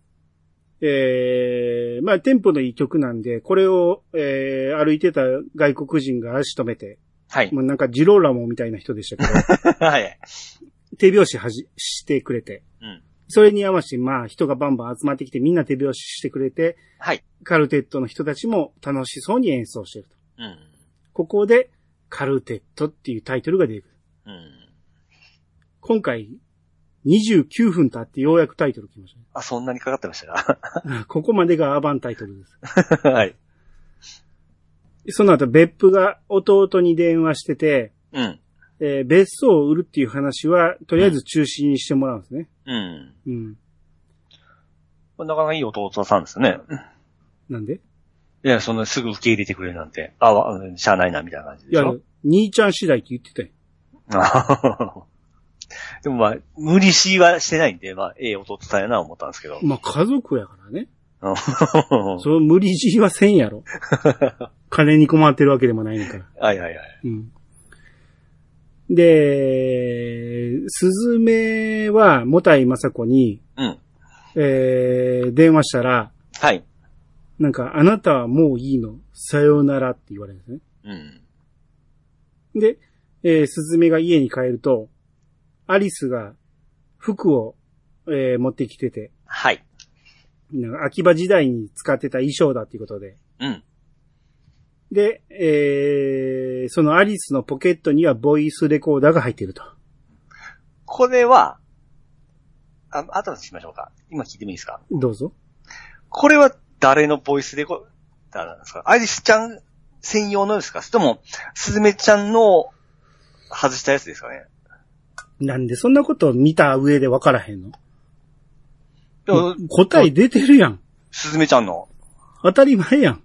えー、まあテンポのいい曲なんで、これを、えー、歩いてた外国人が足止めて、はい。もうなんかジローラモみたいな人でしたけど、はい。手拍子はじ、してくれて。うん。それに合わせて、まあ人がバンバン集まってきてみんな手拍子してくれて。はい。カルテットの人たちも楽しそうに演奏してると。うん。ここで、カルテットっていうタイトルが出てくる。うん。今回、にじゅうきゅうふん経ってようやくタイトル来ましたね。 あ、そんなにかかってましたかここまでがアバンタイトルです。 はい。 その後、別府が弟に電話してて。うん。えー、別荘を売るっていう話は、とりあえず中止にしてもらうんですね。うん。うん。 なかなかいい弟さんですね。 なんで？ いや、そんなすぐ受け入れてくれるなんて、あ、しゃあないな、みたいな感じでしょ。いや、 兄ちゃん次第って言ってたよ。 でもまあ、無理しはしてないんで、まあ、ええ弟さんやな思ったんですけど。 まあ、家族やからね。その無理強いはせんやろ。金に困ってるわけでもないんだから。 はいはいはい。うん。 で、すずめは、もたいまさこに、うん。えー、電話したら、はい。なんか、あなたはもういいの。さようならって言われるんですね。うん。で、えー、すずめが家に帰ると、アリスが服を、えー、持ってきてて、はい。なんか秋葉時代に使ってた衣装だっていうことで、うん。で、えー、そのアリスのポケットにはボイスレコーダーが入っていると。 これは、あ、後でしましょうか。今聞いてもいいですか？ どうぞ。 これは誰のボイスレコーダーなんですか？アリスちゃん専用のですか？それとも、スズメちゃんの外したやつですかね？ なんでそんなことを見た上で分からへんの？答え出てるやん。 スズメちゃんの。 当たり前やん。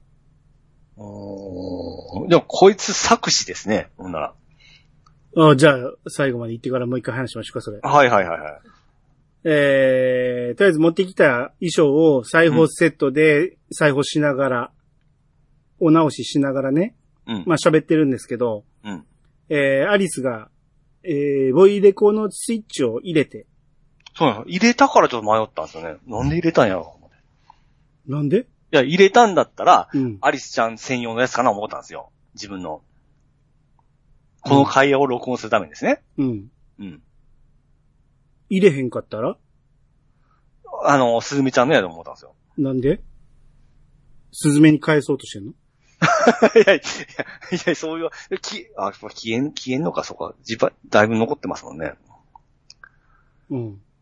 おー、でもこいつ作詞ですね。ほんなら。 あ、じゃあ最後まで言ってからもう一回話しましょうか、それ。 はいはいはいはい。 えー、とりあえず持ってきた衣装を裁縫セットで裁縫しながら、うん、お直ししながらね。うん、まあ喋ってるんですけど、うん、えー、アリスが、えー、ボイレコのスイッチを入れて。 そうなの。入れたからちょっと迷ったんですよね。なんで入れたんやろ。 なんで？ いや、入れたんだったら、うん、アリスちゃん専用のやつかな思ったんですよ。自分の。この会話を録音するためにですね。うん。うん。 入れへんかったら？ あの、スズメちゃんのやと思ったんですよ。 なんで？スズメに返そうとしてんの？いやいや、いや、そういう、き、あ、消えん、消えんのか、そこは。自分、だいぶ残ってますもんね。 うん。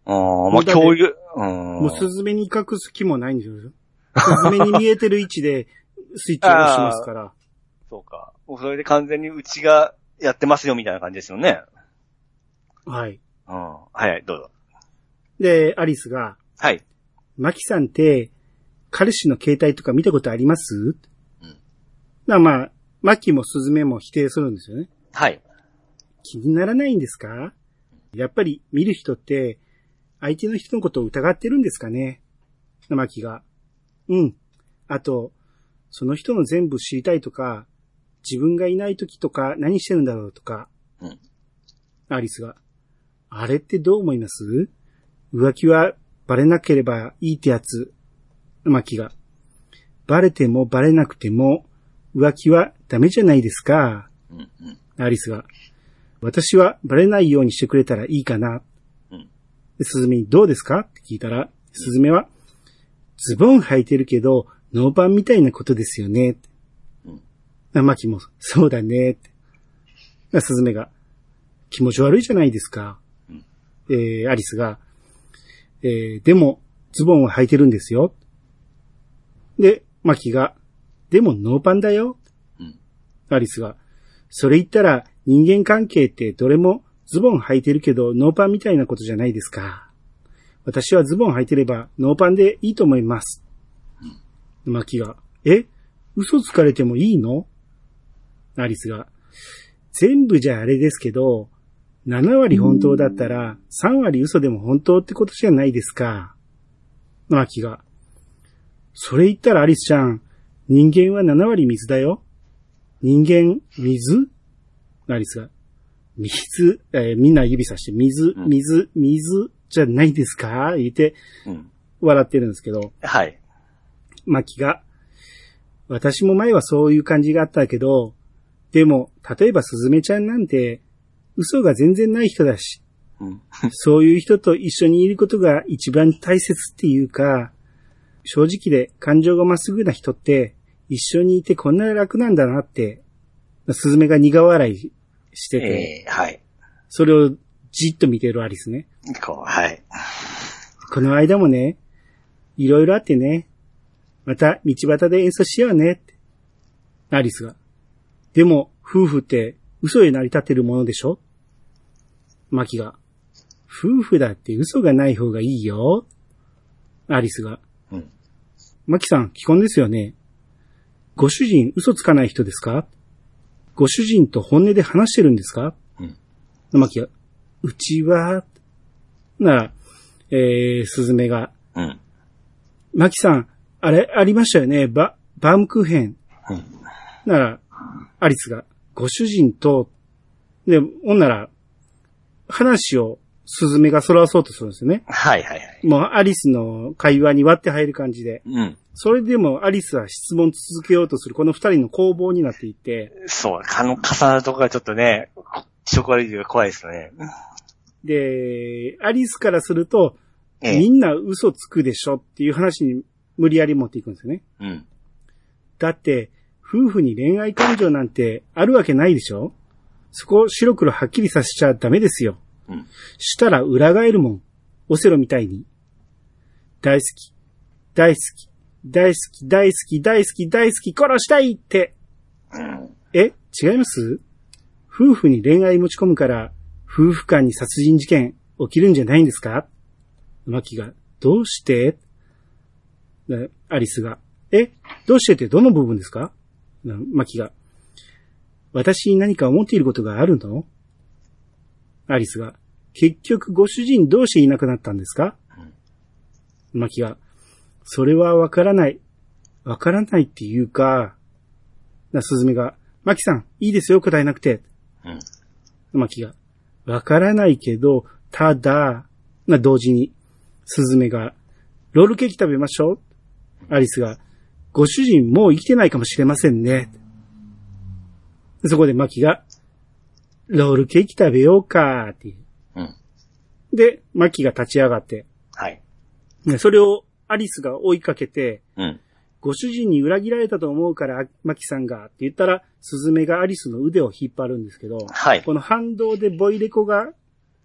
ああ、まあ、教育、うん。 もうスズメに隠す気もないんですよ。スズメに見えてる位置でスイッチを押しますから。 そうか。もうそれで完全にうちがやってますよみたいな感じですよね。 はい。 うん。はいはい、どうぞ。 で、アリスが、 はい。 マキさんって、彼氏の携帯とか見たことあります？うん。まあまあ、マキもスズメも否定するんですよね。 はい。 気にならないんですか？やっぱり見る人って、相手の人のことを疑ってるんですかね？マキが。うん。あと、その人の全部知りたいとか、自分がいない時とか何してるんだろうとか。うん。アリスが。あれってどう思います？浮気はバレなければいいってやつ。マキが。バレてもバレなくても浮気はダメじゃないですか。うんうん、アリスが。私はバレないようにしてくれたらいいかな。うん、でスズメにどうですかって聞いたら、スズメは、ズボン履いてるけどノーパンみたいなことですよね。うん、マキも、そうだね。スズメが、気持ち悪いじゃないですか。うん、えー、アリスが、えー、でも、ズボンは履いてるんですよ。で、マキが、でもノーパンだよ。うん、アリスが、それ言ったら人間関係ってどれもズボン履いてるけどノーパンみたいなことじゃないですか。私はズボン履いてればノーパンでいいと思います。うん、マキが、え？嘘つかれてもいいの？アリスが、全部じゃあれですけど、ななわり本当だったらさんわり嘘でも本当ってことじゃないですか。マキが、それ言ったらアリスちゃん、人間はななわり水だよ。人間、水？アリスが、水、えー、みんな指さして、水、水、水じゃないですか言って、笑ってるんですけど。 はい。 マキが、私も前はそういう感じがあったけど、でも、例えばスズメちゃんなんて、嘘が全然ない人だし、うん、そういう人と一緒にいることが一番大切っていうか、正直で感情がまっすぐな人って、一緒にいてこんな楽なんだなって、スズメが苦笑いしてて、 えー、はい。 それをじっと見てるアリスね。 こう、はい。 この間もね、いろいろあってね、また道端で演奏しようねって。アリスが。でも、夫婦って嘘で成り立ってるものでしょ？マキが。夫婦だって嘘がない方がいいよ。アリスが。うん。マキさん、既婚ですよね。ご主人嘘つかない人ですか？ご主人と本音で話してるんですか？うん。マキが、うちは、なら、えー、スズメが、うん。マキさん、あれ、ありましたよね。バ、バームクーヘン。うん。なら、アリスが、ご主人と、で、ほんなら、話をスズメがそらそうとするんですよね。 はいはいはい。 もうアリスの会話に割って入る感じで。うん。それでもアリスは質問続けようとするこの二人の攻防になっていて。 そう、あの重なるとこがちょっとね、気色悪いというか怖いですよね。 で、アリスからすると、ええ、みんな嘘つくでしょっていう話に無理やり持っていくんですよね。うん。だって、夫婦に恋愛感情なんてあるわけないでしょ？そこを白黒はっきりさせちゃダメですよ。うん。したら裏返るもん。オセロみたいに。大好き。大好き。大好き。大好き。大好き。大好き。殺したいって。うん。え？違います？夫婦に恋愛持ち込むから、夫婦間に殺人事件起きるんじゃないんですか？マキが、どうして？アリスが、え？どうしてってどの部分ですか？マキが、私に何か思っていることがあるの？アリスが、結局ご主人どうしていなくなったんですか？うん、マキが、それはわからない。わからないっていうか、な、スズメが、マキさん、いいですよ、答えなくて。うん、マキが、わからないけど、ただ、な、同時に、スズメが、ロールケーキ食べましょう。アリスが、ご主人もう生きてないかもしれませんね。そこでマキが、ロールケーキ食べようかっていう。うん、で、マキが立ち上がって。はい。それをアリスが追いかけて、うん、ご主人に裏切られたと思うからマキさんがって言ったら、スズメがアリスの腕を引っ張るんですけど、はい、この反動でボイレコが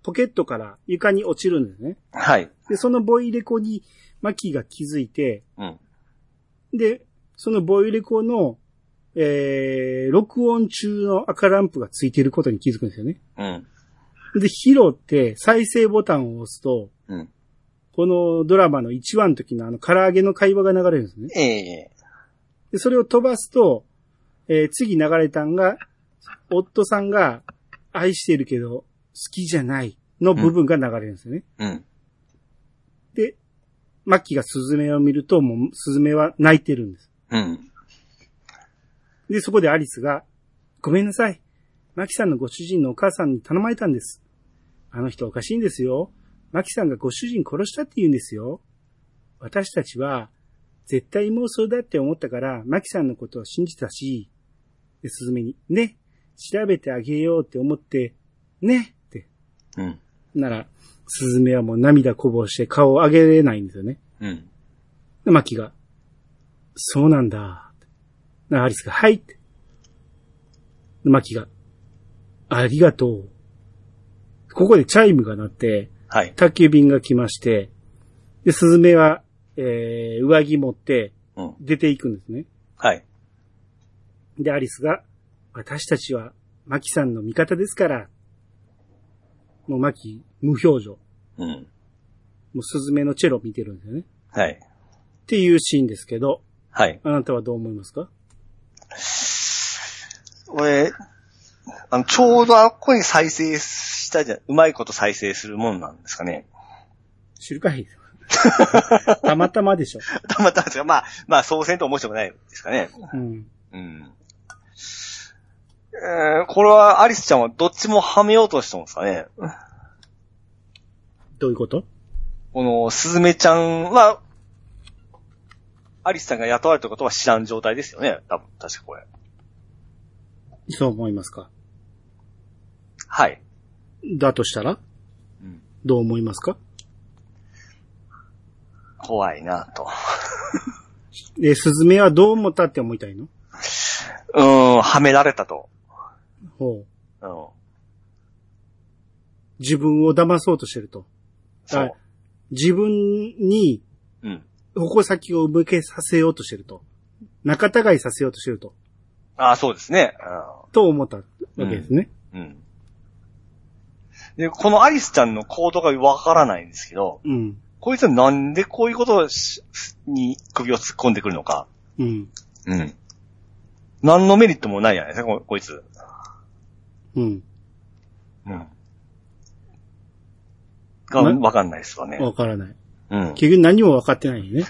ポケットから床に落ちるんですね。 はい。 で、そのボイレコにマキが気づいて、 うん。 で、そのボイレコの、えー、録音中の赤ランプがついていることに気づくんですよね。 うん。 で、拾って再生ボタンを押すと、 うん。 このドラマのいちわの時のあの唐揚げの会話が流れるんですね。 ええで、それを飛ばすと、えー、次流れたんが、夫さんが愛してるけど好きじゃないの部分が流れるんですよね。 うん。 で、マッキーがスズメを見ると、もうスズメは泣いてるんです。 うん。 で、そこでアリスが、ごめんなさい。マキさんのご主人のお母さんに頼まれたんです。あの人おかしいんですよ。マキさんがご主人殺したって言うんですよ。私たちは、絶対妄想だって思ったから、マキさんのことを信じたし、で、スズメに、ね、調べてあげようって思って、ね、って。 うん。 なら、スズメはもう涙こぼして顔を上げれないんですよね。 うん。 で、マキが、そうなんだ。アリスが、はいって。で、マキが、ありがとう。ここでチャイムが鳴って、 はい。 宅急便が来まして、で、スズメは、えー、上着持って、出ていくんですね。うん、 はい。 で、アリスが、私たちは、マキさんの味方ですから、もうマキ、無表情。 うん。 もうスズメのチェロ見てるんですよね。 はい。 っていうシーンですけど、 はい。 あなたはどう思いますか？ 俺、あの、ちょうどあっこに再生したじゃん、うまいこと再生するもんなんですかね。 知るかいたまたまでしょ。 たまたまですか。まあ、まあ、そうせんと面白くないですかね。 うん。 うん。えー、これはアリスちゃんはどっちもはめようとしてますかね。 どういうこと？ この、スズメちゃんは、アリスちゃんが雇われたことは知らん状態ですよね。多分、確かこれ。 そう思いますか？ はい。 だとしたら、うん、どう思いますか？ 怖いなと。 え、スズメはどう思ったって思いたいの？ うーん、はめられたと。 ほう。うん。 自分を騙そうとしてると。 そう。 自分に、うん。矛先を向けさせようとしてると。仲違いさせようとしてると。 ああ、そうですね。 うん、と思ったわけですね。 うん。うん。で、このアリスちゃんの行動がわからないんですけど、うん。こいつはなんでこういうことに首を突っ込んでくるのか。うん。うん。何のメリットもないじゃないですか、こ、こいつ。うん。うん。が、わかんないですわね。 わからない。 うん。 結局何もわかってないよね。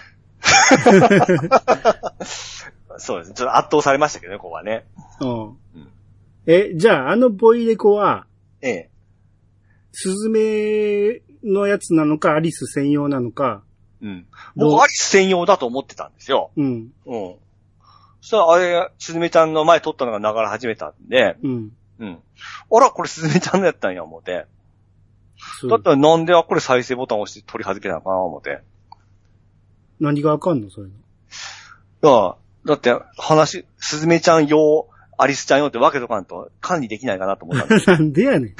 そうですね。ちょっと圧倒されましたけどね、ここはね。 うん。うん、え、じゃあ、あのボイレコは、 ええ。 スズメのやつなのか、アリス専用なのか。 うん。僕、アリス専用だと思ってたんですよ。 うん。 うん。そしたら、あれ、スズメちゃんの前撮ったのが流れ始めたんで、うん。うん。あら、これスズメちゃんのやったんや、思って。だったらなんで、あ、これ再生ボタンを押して取り外けたのかな、思って。 何があかんの、そういうの。 いや、だって、話、スズメちゃん用、アリスちゃん用って分けとかんと管理できないかなと思ったんです。 なんでやねん。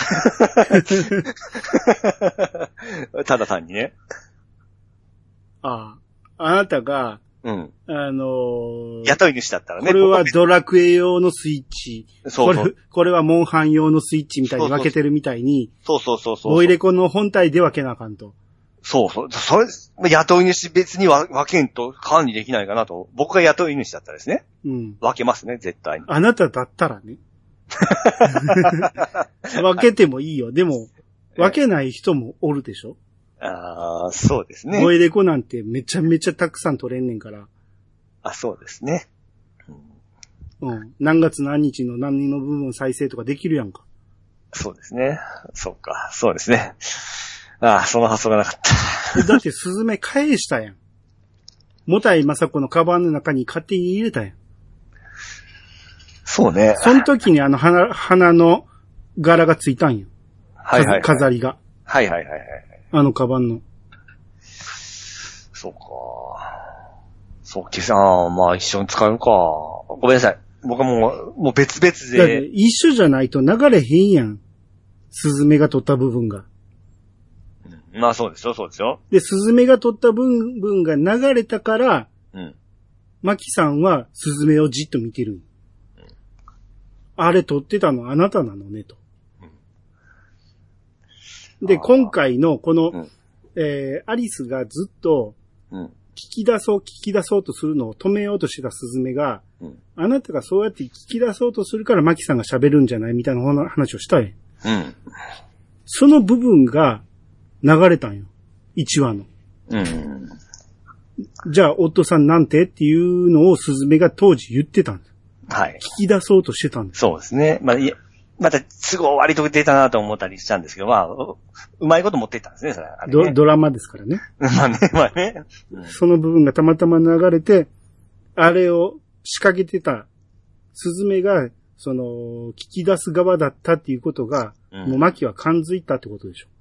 ただ単にね。 ああ。あなたが、 うん。 あのー、 雇い主だったらね。 これはドラクエ用のスイッチ。 そうそう。 これ、これはモンハン用のスイッチみたいに分けてるみたいに。 そうそうそうそう。 ボイレコの本体で分けなあかんと。 そうそう。それ、雇い主別に分けんと管理できないかなと。僕が雇い主だったらですね。うん。分けますね、絶対に。 あなただったらね。分けてもいいよ。でも、分けない人もおるでしょ？ ああ、そうですね。 ボイレコなんてめちゃめちゃたくさん取れんねんから。 あ、そうですね。 うん。うん。何月何日の何の部分再生とかできるやんか。 そうですね。そうか。そうですね。ああ、その発想がなかった。 だってスズメ返したやん。もたいまさこのカバンの中に勝手に入れたやん。 そうね。 その時にあの花、花の柄がついたんよ。 はいはい、はい。 飾りが。 はいはいはいはい。 あのカバンの。 そうか。そう、消さん、まあ一緒に使うか。ごめんなさい。僕はもう、もう別々で。 だって一緒じゃないと流れへんやん。スズメが取った部分が。 まあそうですよ、そうですよ。 で、スズメが取った部分が流れたから、 うん。 マキさんはスズメをじっと見てる。うん、あれ取ってたのあなたなのね、と。うん、で、今回のこの、うん、えー、アリスがずっと、聞き出そう、聞き出そうとするのを止めようとしてたスズメが、うん、あなたがそうやって聞き出そうとするからマキさんが喋るんじゃないみたいな話をしたい。うん。その部分が流れたんよ。いちわの。うん。じゃあ、夫さんなんてっていうのをスズメが当時言ってたんです。はい。聞き出そうとしてたんです。 そうですね。まあ、いや、また都合割と出たなと思ったりしたんですけど、まあ、う, うまいこと持っていったんですね、それは、ね。 ド, ドラマですからね。 まあね、まあね、 うん。その部分がたまたま流れて、あれを仕掛けてたスズメが、その、聞き出す側だったっていうことが、うん、もうマキは感づいたってことでしょ。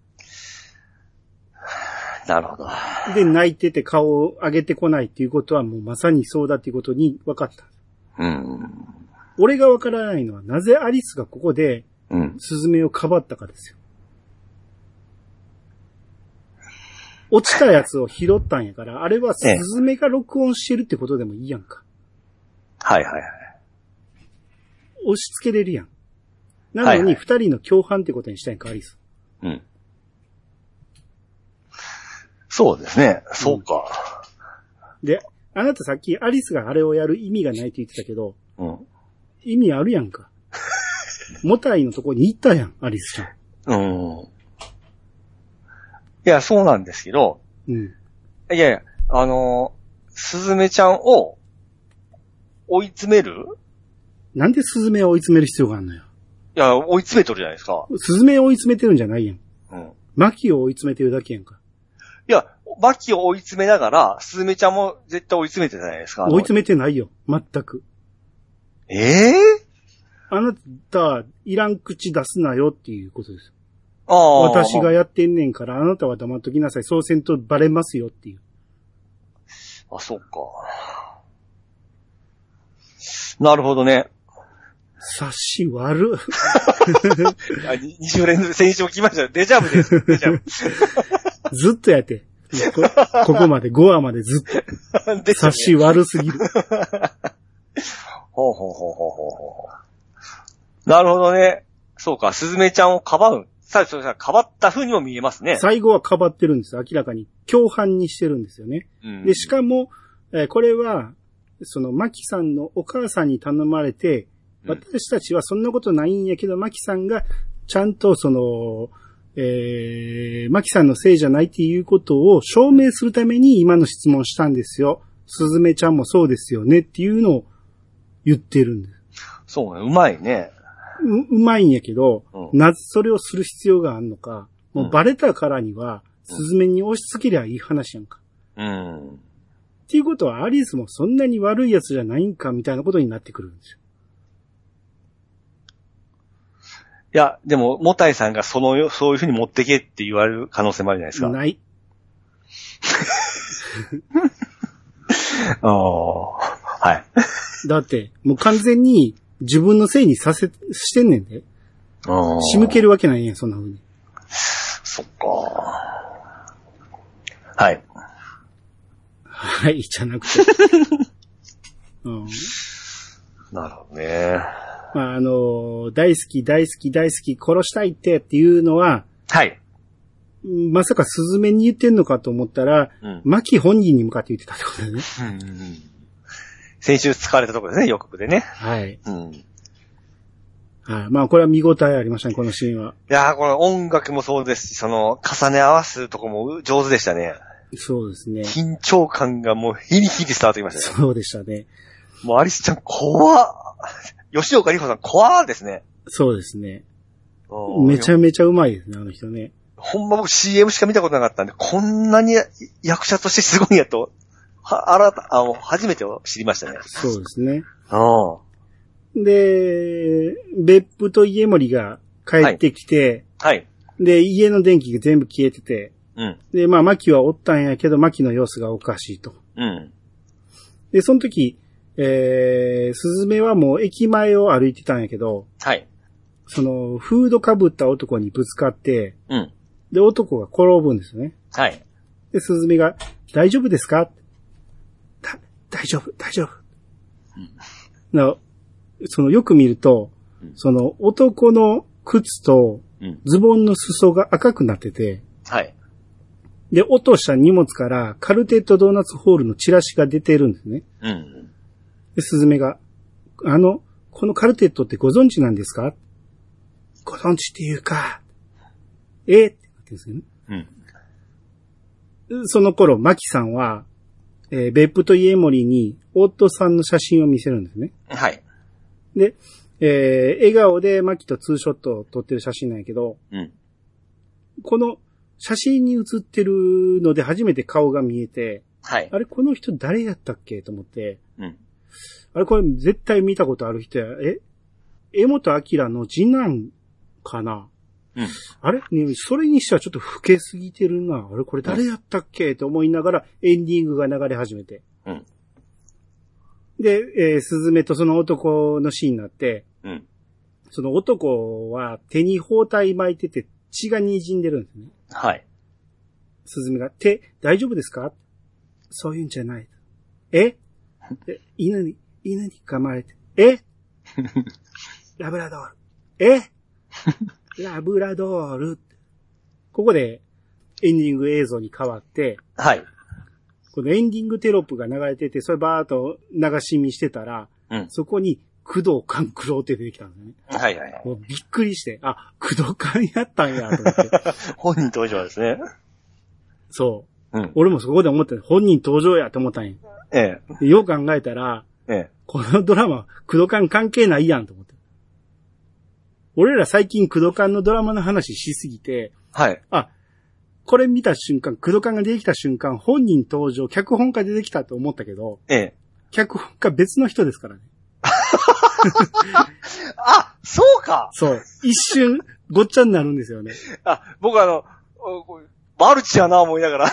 なるほど。 で、泣いてて顔を上げてこないっていうことはもうまさにそうだっていうことに分かった。うん。俺が分からないのはなぜアリスがここで、スズメをかばったかですよ。落ちたやつを拾ったんやから、あれはスズメが録音してるってことでもいいやんか。 はいはいはい。 押し付けれるやん。なのに二人の共犯ってことにしたいんか、アリス。うん。 そうですね。そうか。 うん、で、あなたさっきアリスがあれをやる意味がないって言ってたけど、うん、意味あるやんか。モタイのとこに行ったやん、アリスちゃん。うん。 いや、そうなんですけど、うん。いやいや、あのー、スズメちゃんを追い詰める？ なんでスズメを追い詰める必要があるのよ。 いや、追い詰めとるじゃないですか。 スズメを追い詰めてるんじゃないやん。うん。マキを追い詰めてるだけやんか。 いや、マキを追い詰めながら、スズメちゃんも絶対追い詰めてたじゃないですか。 追い詰めてないよ。全く。 ええー、 あなた、いらん口出すなよっていうことです。ああ。私がやってんねんから、あなたは黙っときなさい。そうせんとバレますよっていう。 あ、そうか。なるほどね。 察し悪。 に週連続、先週来ましたよ。デジャブです。デジャブ。 ずっとやって。こ, ここまで、ごわまでずっと。ね、察し悪すぎる。 ほうほうほうほうほうほう。なるほどね。そうか、スズメちゃんをかばう。さあ、それさ、かばった風にも見えますね。 最後はかばってるんです。明らかに。共犯にしてるんですよね。うん、で、しかも、えー、これは、その、マキさんのお母さんに頼まれて、私たちはそんなことないんやけど、マキさんが、ちゃんとその、えー、マキさんのせいじゃないっていうことを証明するために今の質問したんですよ。スズメちゃんもそうですよねっていうのを言ってるんです。 そうね、うまいね。 う、うまいんやけど、うん、なぜそれをする必要があるのか、もうバレたからには、スズメに押し付けりゃいい話やんか。うん。っていうことはアリスもそんなに悪いやつじゃないんかみたいなことになってくるんですよ。 いや、でも、モタイさんがその、そういうふうに持ってけって言われる可能性もあるじゃないですか。 ない。 ああ、はい。 だって、もう完全に自分のせいにさせ、してんねんで。仕向けるわけないやん、そんな風に。 そっか。はい。 はい、じゃなくて。うん、 なるほどね。 まあ、あのー、大好き、大好き、大好き、殺したいってっていうのは、 はい。 まさかスズメに言ってんのかと思ったら、うん、マキ本人に向かって言ってたってことだね。うんうん、 先週使われたところですね、予告でね。 はい。うん。はい。まあ、これは見応えありましたね、このシーンは。 いやー、これ音楽もそうですし、その、重ね合わすとこも上手でしたね。 そうですね。 緊張感がもうヒリヒリ伝わってきましたね。そうでしたね。 もうアリスちゃん怖っ。吉岡里帆さん怖ーですね。 そうですね。めちゃめちゃうまいですね、あの人ね。 ほんま僕 シーエム しか見たことなかったんで、こんなに役者としてすごいんやと、は、あらた、あの、初めて知りましたね。 そうですね。ああ。で、別府と家森が帰ってきて、はい。はい、で、家の電気が全部消えてて、うん。で、まあ、マキはおったんやけど、マキの様子がおかしいと。うん。で、その時、えー、スズメはもう駅前を歩いてたんやけど、はい。その、フード被った男にぶつかって、うん。 で、男が転ぶんですよね。 はい。 で、スズメが、大丈夫ですか？だ、大丈夫、大丈夫。うん、なその、よく見ると、うん、その、男の靴と、ズボンの裾が赤くなってて、 はい。 で、落とした荷物からカルテットドーナツホールのチラシが出てるんですね。 うん。 で、スズメが、あの、このカルテットってご存知なんですか？ご存知っていうか、えー、って言ってるんですよね。うん。その頃、マキさんは、えー、別府と家森に、夫さんの写真を見せるんですね。 はい。 で、えー、笑顔でマキとツーショットを撮ってる写真なんやけど、 うん。 この写真に写ってるので初めて顔が見えて、 はい。 あれ、この人誰やったっけと思って、 うん。 あれ、これ絶対見たことある人や、え江本明の次男かな？ うん。 あれね、それにしてはちょっと老けすぎてるな。あれ、これ誰やったっけ、うん、と思いながらエンディングが流れ始めて。 うん。 で、えー、スズメとその男のシーンになって、 うん。 その男は手に包帯巻いてて血が滲んでるんですね。 はい。 スズメが、手、大丈夫ですか？そういうんじゃない。ええ犬に、犬に噛まれて。えラブラドール。えラブラドール。ここでエンディング映像に変わって、 はい。 このエンディングテロップが流れてて、それバーっと流し見してたら、 うん、 そこに工藤官九郎って出てきたんですね。 はいはいはい。 もうびっくりして、あ、工藤官やったんやと思って。 本人登場ですね。 そう。 うん、 俺もそこで思った。本人登場やと思ったんや。 ええ。よう考えたら、 ええ、 このドラマ、工藤官関係ないやんと思って。俺ら最近工藤官のドラマの話しすぎて、 はい。 あ、これ見た瞬間、工藤官が出てきた瞬間、本人登場、脚本家出てきたと思ったけど、 ええ。 脚本家別の人ですからね。 あ、そうか。 そう。一瞬、ごっちゃになるんですよね。 あ、僕あの、マルチやな思いながら。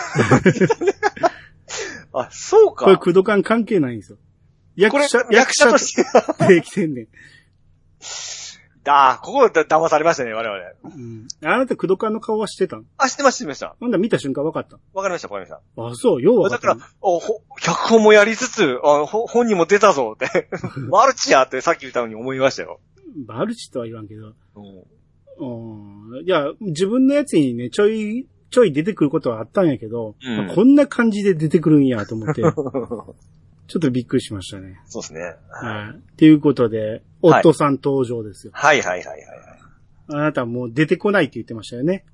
あ、そうか。 これ工藤官関係ないんですよ。役者、 役者として出てきてんねん。 だ、ここだ、騙されましたね、我々。 うん。あなた工藤官の顔はしてたん？ あ、知ってました、知ってました。 ほんだ見た瞬間分かった。 分かりました、分かりました。 あ、そう、よう分かった。 だから、おほ脚本もやりつつ、あほ本人も出たぞって。マルチやってさっき言ったのに思いましたよ。 マルチとは言わんけど。 うん。 うん。いや、自分のやつにね、ちょい、ちょい出てくることはあったんやけど、 うんまあ、こんな感じで出てくるんやと思って、ちょっとびっくりしましたね。 そうですね。 はい。っていうことで、夫さん登場ですよ。 はいはいはいはい。 あなたもう出てこないって言ってましたよね。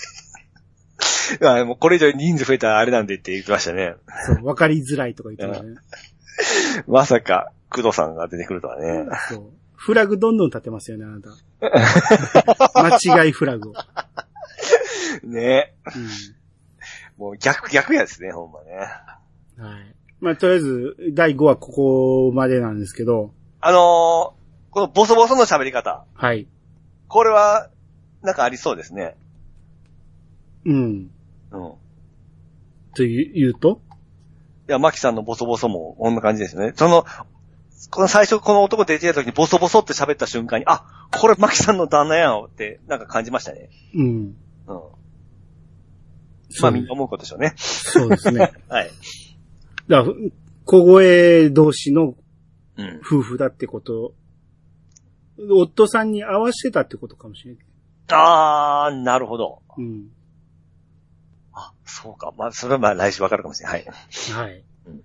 あもうこれ以上人数増えたらあれなんでって言ってましたね。 そう、わかりづらいとか言ってましたね。 まさか、工藤さんが出てくるとはね。 そう。フラグどんどん立てますよね、あなた。間違いフラグを。 ね、 うん。 もう逆、逆やですね、ほんまね。 はい。まあ、とりあえず、だいごわここまでなんですけど。 あのー、このボソボソの喋り方。 はい。 これは、なんかありそうですね。 うん。 うん。 という、言うといや、マキさんのボソボソも、こんな感じですね。その、この最初この男出てきた時にボソボソって喋った瞬間に、あ、これマキさんの旦那やんって、なんか感じましたね。 うん。 うん。まあみんな思うことでしょうね。 そうですね。 はい。 だから、小声同士のうん夫婦だってこと、うん、夫さんに合わせてたってことかもしれない。 あー、なるほど。 うん。 あ、そうか。まあ、それはまあ来週わかるかもしれない。はい。 はい。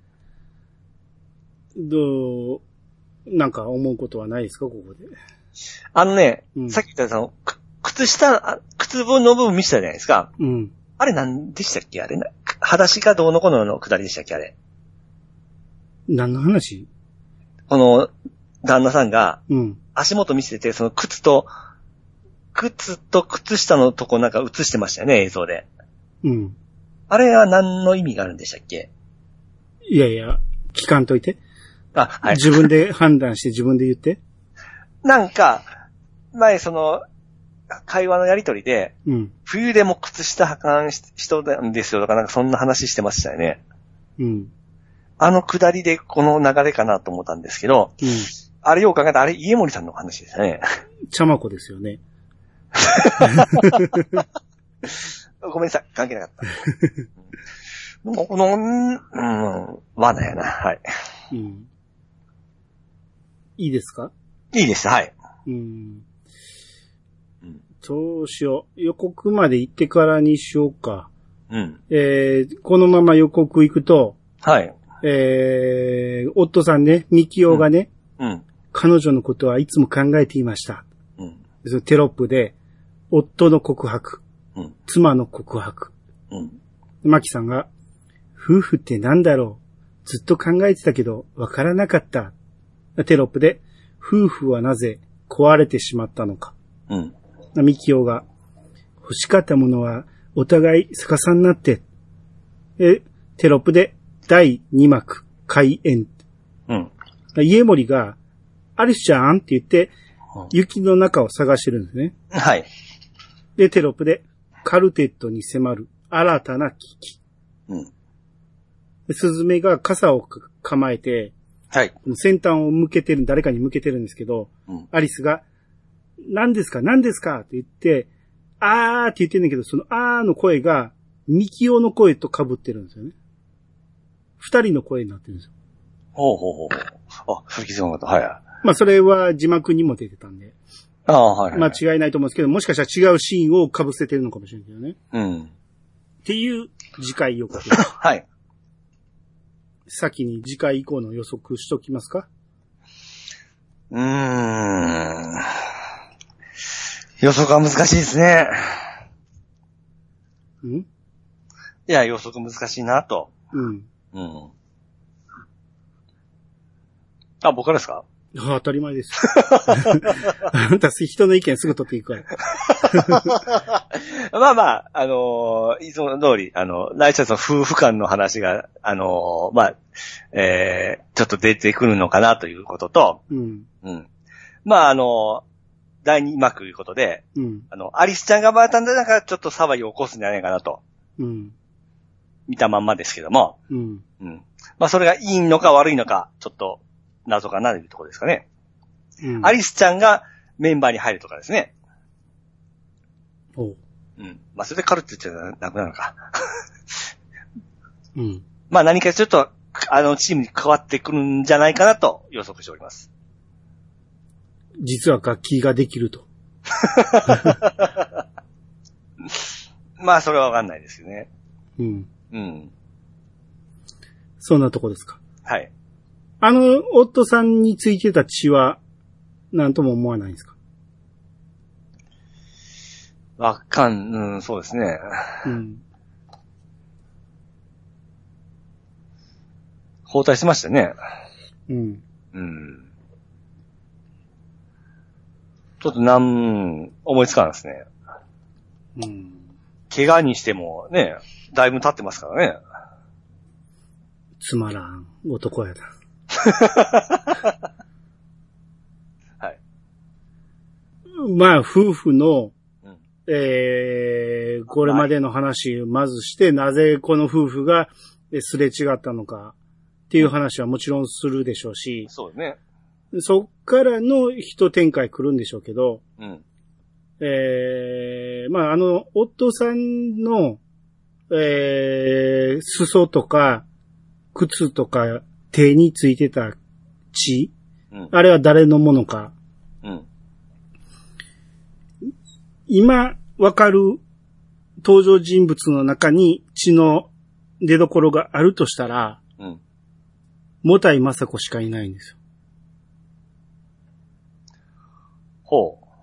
うん、どう、なんか思うことはないですか、ここで。 あのね、 うん、 さっき言ったその、靴下、靴分の部分見せたじゃないですか。 うん。 あれ何でしたっけあれな。裸足がどうのこうのの下りでしたっけあれ。 何の話？ この、旦那さんが、 うん。 足元見せてて、その靴と、靴と靴下のとこなんか映してましたよね、映像で。 うん。 あれは何の意味があるんでしたっけ？ いやいや、聞かんといて。 あ、はい。 自分で判断して自分で言って。 なんか、前その、会話のやりとりで、 うん。 冬でも靴下履かん人なんですよとかなんかそんな話してましたよね。 うん。 あの下りでこの流れかなと思ったんですけど、 うん。 あれよう考えたらあれ家森さんの話ですね。 ちゃまこですよね。 ごめんなさい。関係なかった。うん、この、うん、罠やな。はい。 うん。いいですか？ いいです。はい。 うん。どうしよう。予告まで行ってからにしようか。 うん。 えー、このまま予告行くと、 はい。 えー、夫さんね、ミキオがね、 うん。うん、 彼女のことはいつも考えていました。うん。そのテロップで、夫の告白、うん、妻の告白。うん。マキさんが、夫婦ってなんだろう。ずっと考えてたけど、わからなかった。テロップで、夫婦はなぜ壊れてしまったのか。うん。ミキオが、欲しかったものはお互い逆さになって、え、テロップでだいにまく開演。うん。家森が、アリスちゃんって言って、雪の中を探してるんですね。 はい。 で、テロップで、カルテットに迫る新たな危機。うん。スズメが傘を構えて、 はい。 先端を向けてる、誰かに向けてるんですけど、うん、アリスが、何ですか何ですかって言って、あーって言ってんだけど、そのあーの声が、ミキオの声と被ってるんですよね。二人の声になってるんですよ。 ほうほうほう。あ、それ気づかなかった。はい。 まあそれは字幕にも出てたんで。 ああ、はい、はい。 間違いないと思うんですけど、もしかしたら違うシーンを被せてるのかもしれないけどね。 うん。 っていう次回予告。 はい。 先に次回以降の予測しときますか？ うーん。予測は難しいですね。 ん？ いや、予測難しいなと。 うん。 うん。あ、僕からですか？ あ、当たり前です。あんた人の意見すぐ取っていくから。 まあまあ、あのー、いつも通り、あの、来週の夫婦間の話が、あのー、まあ、えー、ちょっと出てくるのかなということと、 うん。 うん。まあ、あのー、だいに幕ということで、 うん。 あの、アリスちゃんがまたなんかちょっと騒ぎを起こすんじゃないかなと。 うん。 見たまんまですけども、 うん。 うん。まあ、それがいいのか悪いのか、ちょっと、謎かなというところですかね。うん、アリスちゃんがメンバーに入るとかですね。 おう。 うん。まあ、それでカルテットじゃなくなるのか。 うん。 まあ、何かちょっと、あの、チームに変わってくるんじゃないかなと予測しております。 実は楽器ができると。 まあ、それはわかんないですよね。 うん。 うん。 そんなとこですか。 はい。 あの、夫さんについてた血は、なんとも思わないんですか？ わかん、うん、そうですね。 うん。 包帯してましたね。 うん。 うん。ちょっとなん、思いつかないですね。 うん。 怪我にしてもね、だいぶ経ってますからね。 つまらん男やだ。 はい。 まあ、夫婦の、うん、えー、これまでの話、まずして、なぜこの夫婦がすれ違ったのかっていう話はもちろんするでしょうし、 そうね。 そっからの人展開来るんでしょうけど、 うん、 えー、まあ、あの、夫さんの、えー、裾とか、靴とか手についてた血、うん、あれは誰のものか、 うん、 今わかる登場人物の中に血の出所があるとしたら、 うん、 もたいまさこしかいないんですよ。 ほう。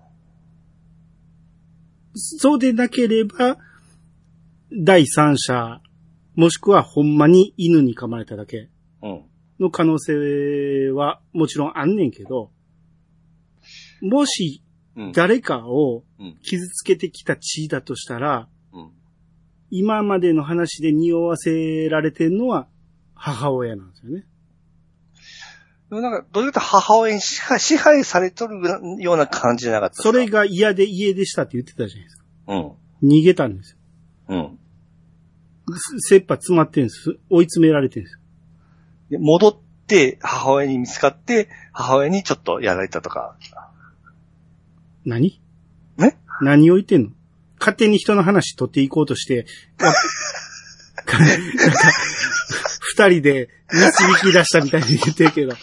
そうでなければ、第三者、もしくはほんまに犬に噛まれただけの可能性はもちろんあんねんけど、もし誰かを傷つけてきた血だとしたら、 うんうん、 今までの話で匂わせられてるのは母親なんですよね。 なんか、どういうと母親に支配、支配されとるような感じじゃなかったですか？ それが嫌で家出したって言ってたじゃないですか。 うん。 逃げたんですよ。 うん。 切羽詰まってるんです。追い詰められてるんですよ。 で戻って母親に見つかって母親にちょっとやられたとか。 何？ ね？ 何を言ってんの？ 勝手に人の話取っていこうとして、なんか、二人で導き出したみたいに言ってるけど。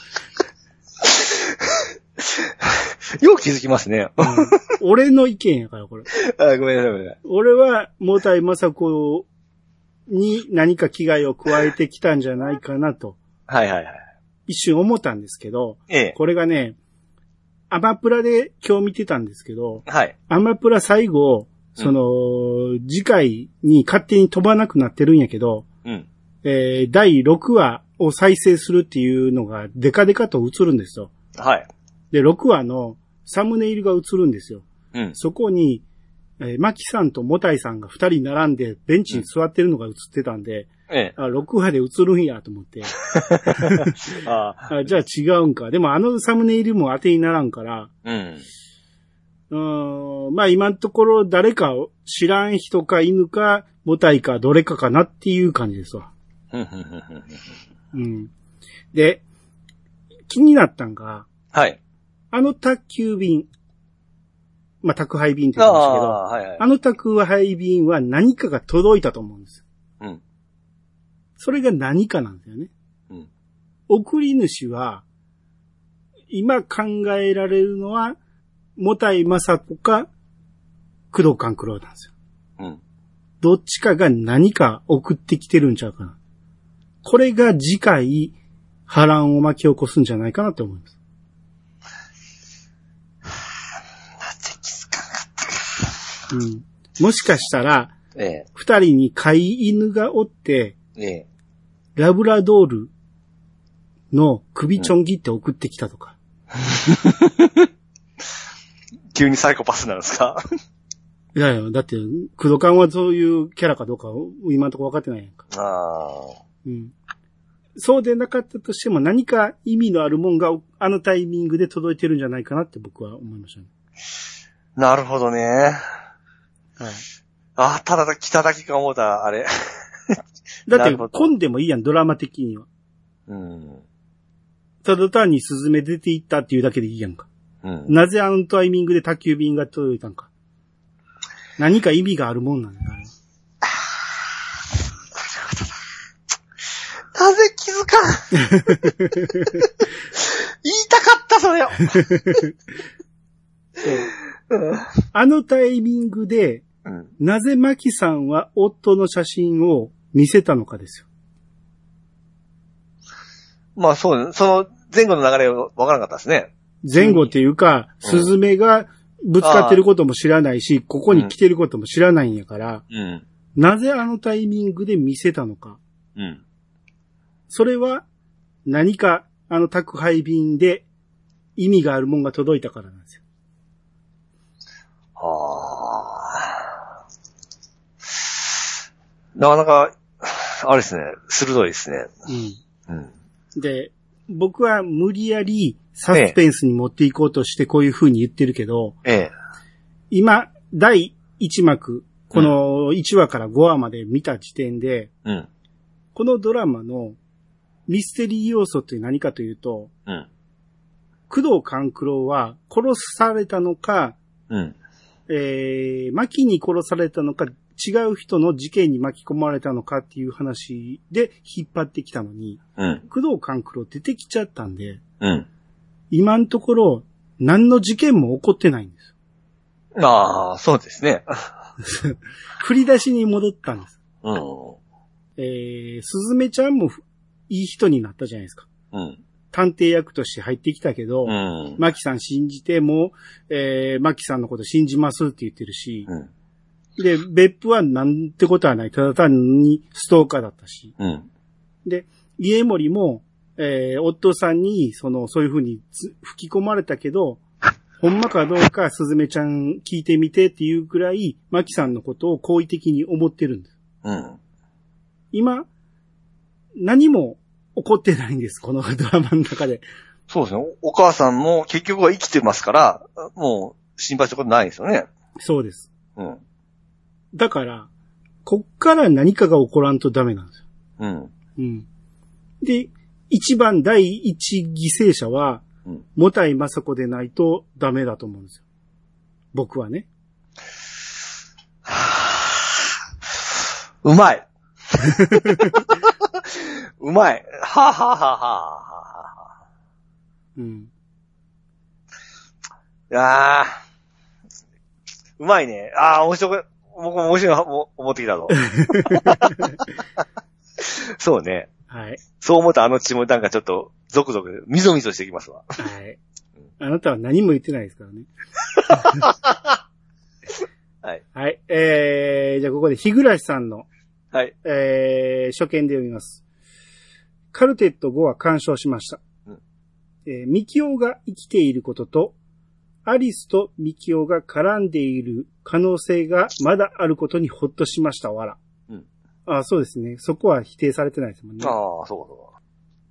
よく気づきますね。 うん、俺の意見やから、これ。 あ、ごめんなさい、ごめんなさい。 俺は、もたいまさこに何か危害を加えてきたんじゃないかなと。 はいはいはい。 一瞬思ったんですけど、 ええ、 これがね、アマプラで今日見てたんですけど、 はい。 アマプラ最後、その、うん、次回に勝手に飛ばなくなってるんやけど、 うん。 えー、だいろくわを再生するっていうのがデカデカと映るんですよ。 はい。 で、ろくわのサムネイルが映るんですよ。 うん。 そこに、えー、マキさんとモタイさんが二人並んでベンチに座ってるのが映ってたんで、うん、ええ、あ、ろくわで映るんやと思って。ああじゃあ違うんか。でもあのサムネイルも当てにならんから、 うん。 うーん、まあ今のところ誰か知らん人か犬かモタイかどれかかなっていう感じですわ。うん。で、気になったんが、 はい。 あの宅急便、まあ宅配便って言うんですけど、あ,、はいはい、あの宅配便は何かが届いたと思うんです。 うん。 それが何かなんですよね。 うん。 送り主は、今考えられるのは、もたいまさこか、工藤官九郎なんですよ。 うん。 どっちかが何か送ってきてるんちゃうかな。これが次回、波乱を巻き起こすんじゃないかなって思います。 なぜ気づかなかったか。 うん。もしかしたら、 ええ、 二人に飼い犬がおって、 ええ、 ラブラドールの首ちょん切って送ってきたとか。 うん、急にサイコパスなんですか？ いやいや、だって、工藤官はそういうキャラかどうか今のところ分かってないやんか。 ああ。 うん。そうでなかったとしても何か意味のあるもんがあのタイミングで届いてるんじゃないかなって僕は思いましたね。 なるほどね。はい。あ、ただ来ただけか思うた、あれ。 だって、混んでもいいやん、ドラマ的には。 うん。 ただ単にスズメ出ていったっていうだけでいいやんか。 うん。 なぜあのタイミングで宅急便が届いたんか。何か意味があるもんなんだよ、あれ。 なぜ気づかん言いたかった、それを。 あのタイミングで、うん、なぜマキさんは夫の写真を見せたのかですよ。 まあそうね。その前後の流れわからなかったですね。 前後っていうか、うん、スズメがぶつかってることも知らないし、ここに来てることも知らないんやから、 うん、 なぜあのタイミングで見せたのか。 うん、 それは何かあの宅配便で意味があるもんが届いたからなんですよ。 はあ。なかなか、あれですね、鋭いですね。 うん。うん、で、僕は無理やりサスペンスに持っていこうとしてこういう風に言ってるけど、 ええ、 今、だいいちまく、このいちわからごわまで見た時点で、 うん、 このドラマのミステリー要素って何かというと、 うん、 工藤官九郎は殺されたのか、 うん、 えー、牧に殺されたのか、違う人の事件に巻き込まれたのかっていう話で引っ張ってきたのに、 うん、 工藤官九郎出てきちゃったんで、 うん、 今のところ何の事件も起こってないんですよ。ああ、そうですね。 振り出しに戻ったんです。 うん、 えー、すずめちゃんもいい人になったじゃないですか。 うん、 探偵役として入ってきたけど、 うん、 マキさん信じても、えー、マキさんのこと信じますって言ってるし、 うん、 で、別府はなんてことはない。ただ単にストーカーだったし。 うん、 で、家森も、えー、夫さんに、その、そういう風に吹き込まれたけど、ほんまかどうか、すずめちゃん聞いてみてっていうくらい、マキさんのことを好意的に思ってるんです。 うん、 今、何も起こってないんです、このドラマの中で。 そうですね。お母さんも結局は生きてますから、もう心配したことないですよね。 そうです。 うん。 だから、こっから何かが起こらんとダメなんですよ。 うん。 うん。で、一番第一犠牲者は、うん、もたいまさこでないとダメだと思うんですよ。僕はね。 はうまい。うまい。はぁ、はぁはぁはぁはぁ。 うん。 いやー。うまいね。あー、面白い。僕も面白いの思ってきたぞ。そうね。 はい。 そう思ったあの血もなんかちょっと、ゾクゾク、みぞみぞしてきますわ。 はい。あなたは何も言ってないですからね。 はい。 はい。えー、じゃあここで日暮さんの、 はい。 えー、初見で読みます。カルテットごは鑑賞しました。うん、えー、ミキオが生きていることと、アリスとミキオが絡んでいる可能性がまだあることにほっとしました、わら。うん。あ、そうですね。そこは否定されてないですもんね。 ああ、そうそう。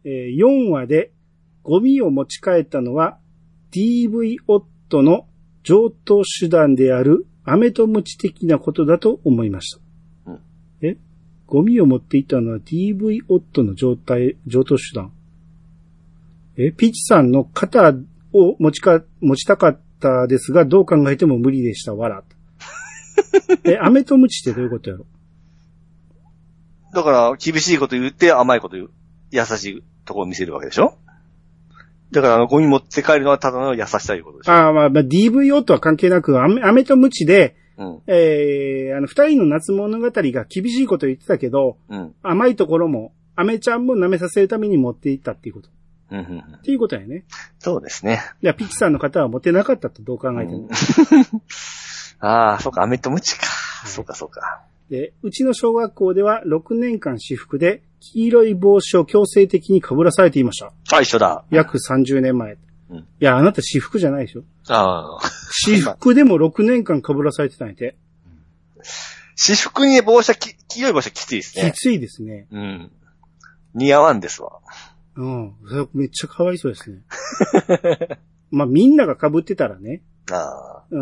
えー、よんわでゴミを持ち帰ったのは ディーブイ 夫の常套手段である飴とムチ的なことだと思いました。うん、えゴミを持っていったのは ディーブイ 夫の状態、常套手段。えピーチさんの肩を持ちか、持ちたかったですが、どう考えても無理でした、わら。え、飴とムチってどういうことやろ？ だから、厳しいこと言って甘いこと言う。優しいところを見せるわけでしょ？だから、ゴミ持って帰るのはただの優しさということでしょ？ ああ、まあ、まあ、ディーブイ 夫は関係なく、飴、飴とムチで、うん、えー、あの、二人の夏物語が厳しいこと言ってたけど、うん、甘いところも、飴ちゃんも舐めさせるために持っていったっていうこと。うんうんうん、っていうことやね。 そうですね。 いや、ピッチさんの方は持ってなかったとどう考えても。うん、 ああ、そうか、飴とムチか。はい、そうか、そうか。 で、うちの小学校ではろくねんかん私服で黄色い帽子を強制的に被らされていました。 あ、一緒だ。 約さんじゅうねんまえ。うん、いや、あなた私服じゃないでしょ。 ああ。 私服でもろくねんかん被らされてたんやて。 私服に帽子はき、黄色い帽子はきついですね。 きついですね。 うん。似合わんですわ。 うん。それめっちゃかわいそうですね。まあ、みんなが被ってたらね。ああ。うん。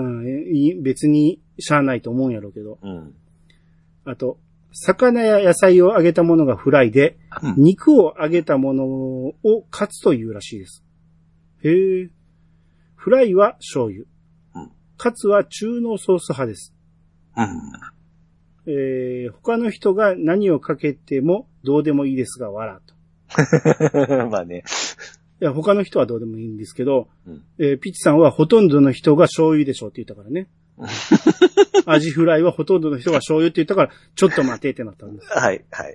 別にしゃあないと思うんやろうけど。うん。あと、魚や野菜を揚げたものがフライで、うん、肉を揚げたものをカツというらしいです。へえ。フライは醤油。うん、カツは中濃ソース派です。うん、えー、他の人が何をかけてもどうでもいいですが、わらと。 まあね。 いや、他の人はどうでもいいんですけど、うんえー、ピッチさんはほとんどの人が醤油でしょって言ったからね。アジフライはほとんどの人が醤油って言ったから、ちょっと待てってなったんです。 はい、はい。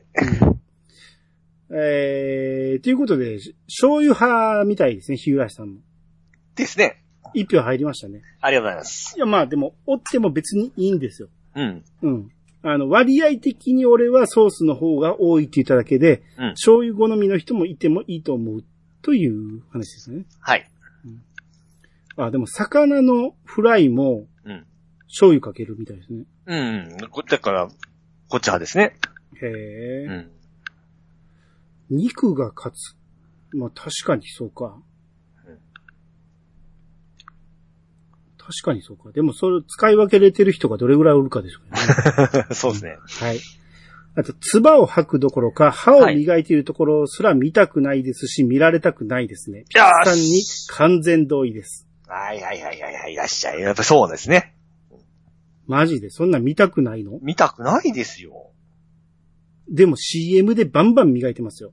えー、ということで、醤油派みたいですね、日暮さんも。 ですね。 一票入りましたね。 ありがとうございます。 いや、まあでも、追っても別にいいんですよ。うん。うん。あの、割合的に俺はソースの方が多いって言っただけで、うん、醤油好みの人もいてもいいと思うという話ですね。 はい。 うん、あ、でも魚のフライも、うん、醤油かけるみたいですね。 うん。だから、こっち派ですね。 へえ。うん。肉が勝つ。まあ確かにそうか。うん、確かにそうか。でもそれ使い分けれてる人がどれぐらいおるかですよね。そうですね。 はい。あと、唾を吐くどころか、歯を磨いているところすら見たくないですし、見られたくないですね。ピッチさんに完全同意です。 はいはいはいはいはい、いらっしゃい。やっぱそうですね。 マジでそんな見たくないの？ 見たくないですよ。 でも シーエム でバンバン磨いてますよ。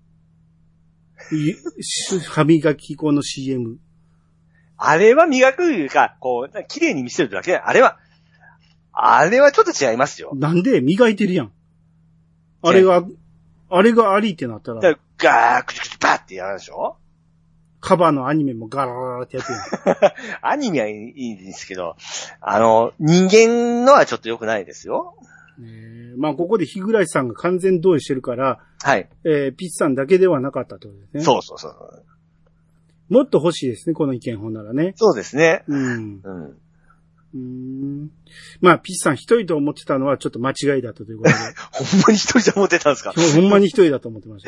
歯磨き粉の シーエム。 あれは磨くいうか、こう、綺麗に見せるだけ。あれは、あれはちょっと違いますよ。 なんで磨いてるやん。あれが、あれがありってなったら。 だからガー、クチクチバーってやるでしょ？ カバーのアニメもガラガラってやってる。 アニメはいいんですけど、あの、人間のはちょっと良くないですよ。 えー、まあ、ここで日暮さんが完全同意してるから、 はい。 えー、ピッチさんだけではなかったってことですね。 そうそうそう。 もっと欲しいですね、この意見本ならね。 そうですね。 うん。うん。うーんまあ、ピッチさん一人と思ってたのはちょっと間違いだったということで。 ほんまに一人と思ってたんですか？ ほんまに一人だと思ってました。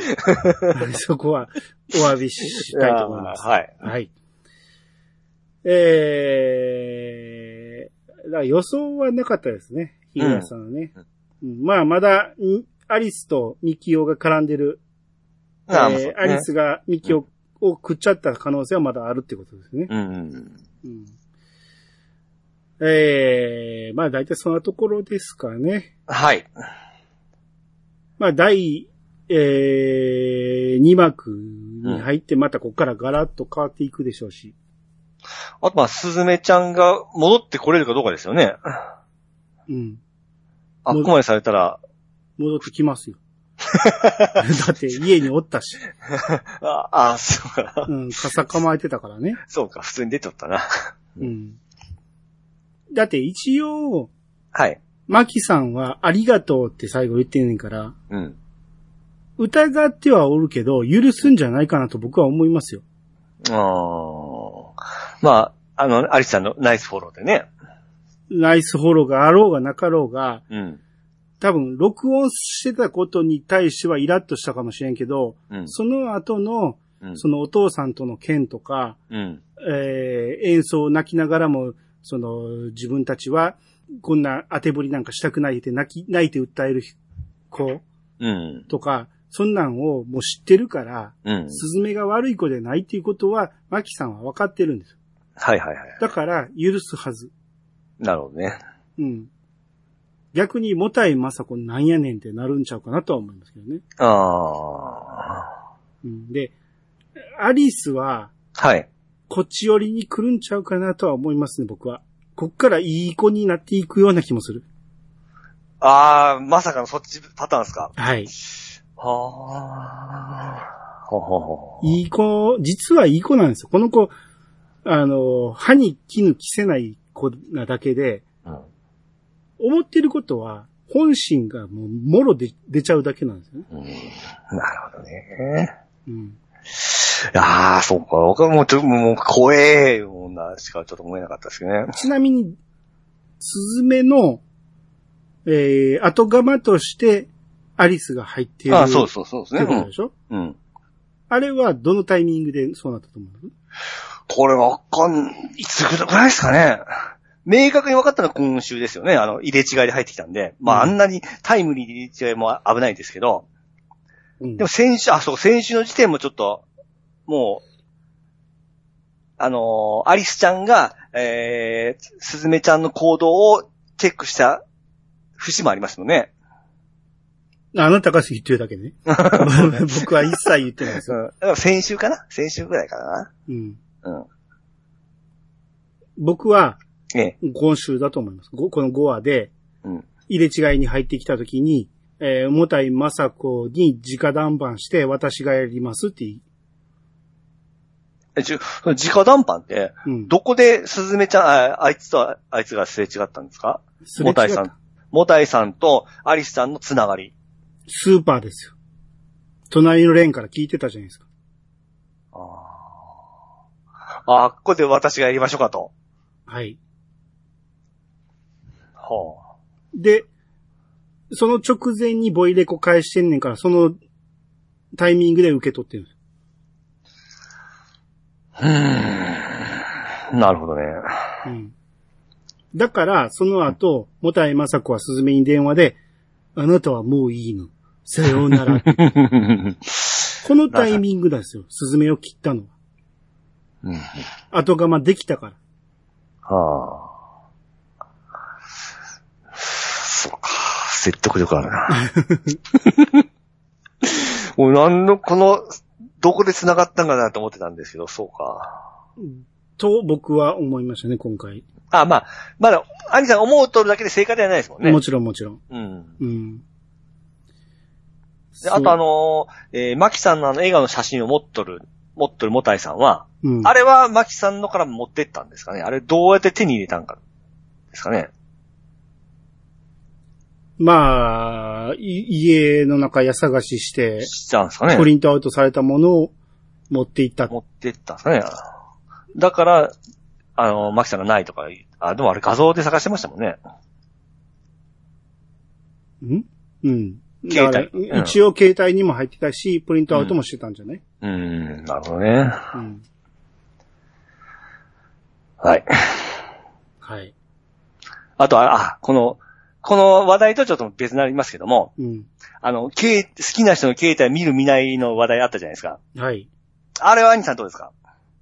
そこはお詫びしたいと思います。 はい。 はい。えー、だから予想はなかったですね、日暮さんはね。うん、まあ、まだ、アリスとミキオが絡んでる。えーね、アリスがミキオを食っちゃった可能性はまだあるってことですね。 うんうんうん、 えー、まあ大体そんなところですかね。 はい。 まあ、第、えー、に幕に入ってまたここからガラッと変わっていくでしょうし。 あと、まあ、すずめちゃんが戻ってこれるかどうかですよね。 うん。 あっこまでされたら。 戻ってきますよ。だって家におったし。 ああ、そうか。 うん、傘構えてたからね。 そうか、普通に出ちゃったな。 うん。だって一応、 はい。 マキさんはありがとうって最後言ってんねんから、 うん。 疑ってはおるけど、許すんじゃないかなと僕は思いますよ。 ああ。まあ、あの、アリスさんのナイスフォローでね。 ナイスフォローがあろうがなかろうが、 うん。 多分、録音してたことに対してはイラッとしたかもしれんけど、うん、その後の、うん、そのお父さんとの件とか、うん、えー、演奏を泣きながらも、その、自分たちは、こんな当てぶりなんかしたくないって泣き、泣いて訴える子とか、うん、そんなんをもう知ってるから、うん、スズメが悪い子でないっていうことは、マキさんは分かってるんです。 はいはいはい。 だから、許すはず。 なるほどね。 うん。逆に、もたいまさこなんやねんってなるんちゃうかなとは思いますけどね。 ああ。 うん、で、アリスは、 はい。 こっち寄りに来るんちゃうかなとは思いますね、僕は。こっからいい子になっていくような気もする。 ああ、まさかのそっちパターンですか？ はい。 はあ。ほほほ。 いい子、実はいい子なんですよ。この子、あの、歯に絹着せない子なだけで、うん、思ってることは、本心がもう、もろで出ちゃうだけなんですよね。 うん、なるほどね。 うん。 いやー、そうか。僕はもうちょっと、もう怖えようなしかちょっと思えなかったですけどね。 ちなみに、スズメの、えー、後釜として、アリスが入っている。 ああ、そうそうそうですね。 ってことでしょ？ うん。うん。 あれは、どのタイミングでそうなったと思う？ これわかん、いつぐらいですかね。明確に分かったのは今週ですよね。あの、入れ違いで入ってきたんで。まあ、うん、あんなにタイムリー入れ違いも危ないですけど。うん、でも先週、あ、そう、先週の時点もちょっと、もう、あのー、アリスちゃんが、えー、スズメちゃんの行動をチェックした節もありますよね。 あなたが言ってるだけね。僕は一切言ってないですよ。 うん、先週かな先週ぐらいかな。うん。うん。 僕は、今週だと思います。このごわで、入れ違いに入ってきたときに、えー、もたいまさこに直談判して私がやりますって言い。 え、ちょ、直談判って、うん、どこでスズメちゃん、あ、あいつとあいつがすれ違ったんですか？もたいさん。もたいさんとアリスさんのつながり。 スーパーですよ。隣のレーンから聞いてたじゃないですか。 ああ。あ、ここで私がやりましょうかと。 はい。 はあ。 で、その直前にボイレコ返してんねんから、そのタイミングで受け取ってるんです。 うーん。なるほどね。 うん。だから、その後、もたいまさこはすずめに電話で、あなたはもういいの。さようなら。このタイミングですよ。すずめを切ったのは。うん。後釜できたから。 はあ。そうか。説得力あるな。もう何の、この、どこで繋がったんかなと思ってたんですけど、そうか。 と僕は思いましたね、今回。 あ、まあ、まだ、アニさん思うとるだけで正解ではないですもんね。 もちろんもちろん。 うん。 うん。 で、あとあのー、えー、マキさんのあの笑顔の写真を持っとる、持っとるもたいさんは、うん、あれはマキさんのから持ってったんですかね？あれどうやって手に入れたんかですかね？ まあ、家の中家探しして、 したんですかね？ プリントアウトされたものを持っていった。 持っていったんですかね？だから、あの、マキさんがないとか、あ、でもあれ画像で探してましたもんね。 んうん。携帯、うん。一応携帯にも入ってたし、プリントアウトもしてたんじゃない？ うん、うんなるほどね。うん。はい。 はい。 あとは、あ、この、この話題とちょっと別になりますけども、 うん。 あの、好きな人の携帯見る見ないの話題あったじゃないですか。 はい。 あれは兄さんどうですか？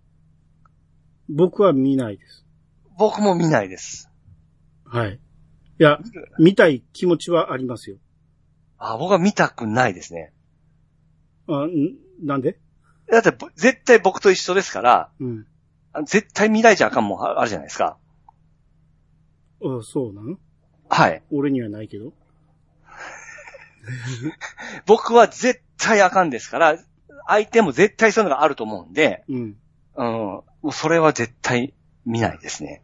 僕は見ないです。 僕も見ないです。 はい。いや、見たい気持ちはありますよ。 あ、僕は見たくないですね。 あ、んなんで？ だって、絶対僕と一緒ですから、 うん。 絶対見ないじゃあかんもんあるじゃないですか。 あ、そうなの？ はい。 俺にはないけど。 僕は絶対あかんですから、相手も絶対そういうのがあると思うんで、 うん。 うん。もうそれは絶対見ないですね。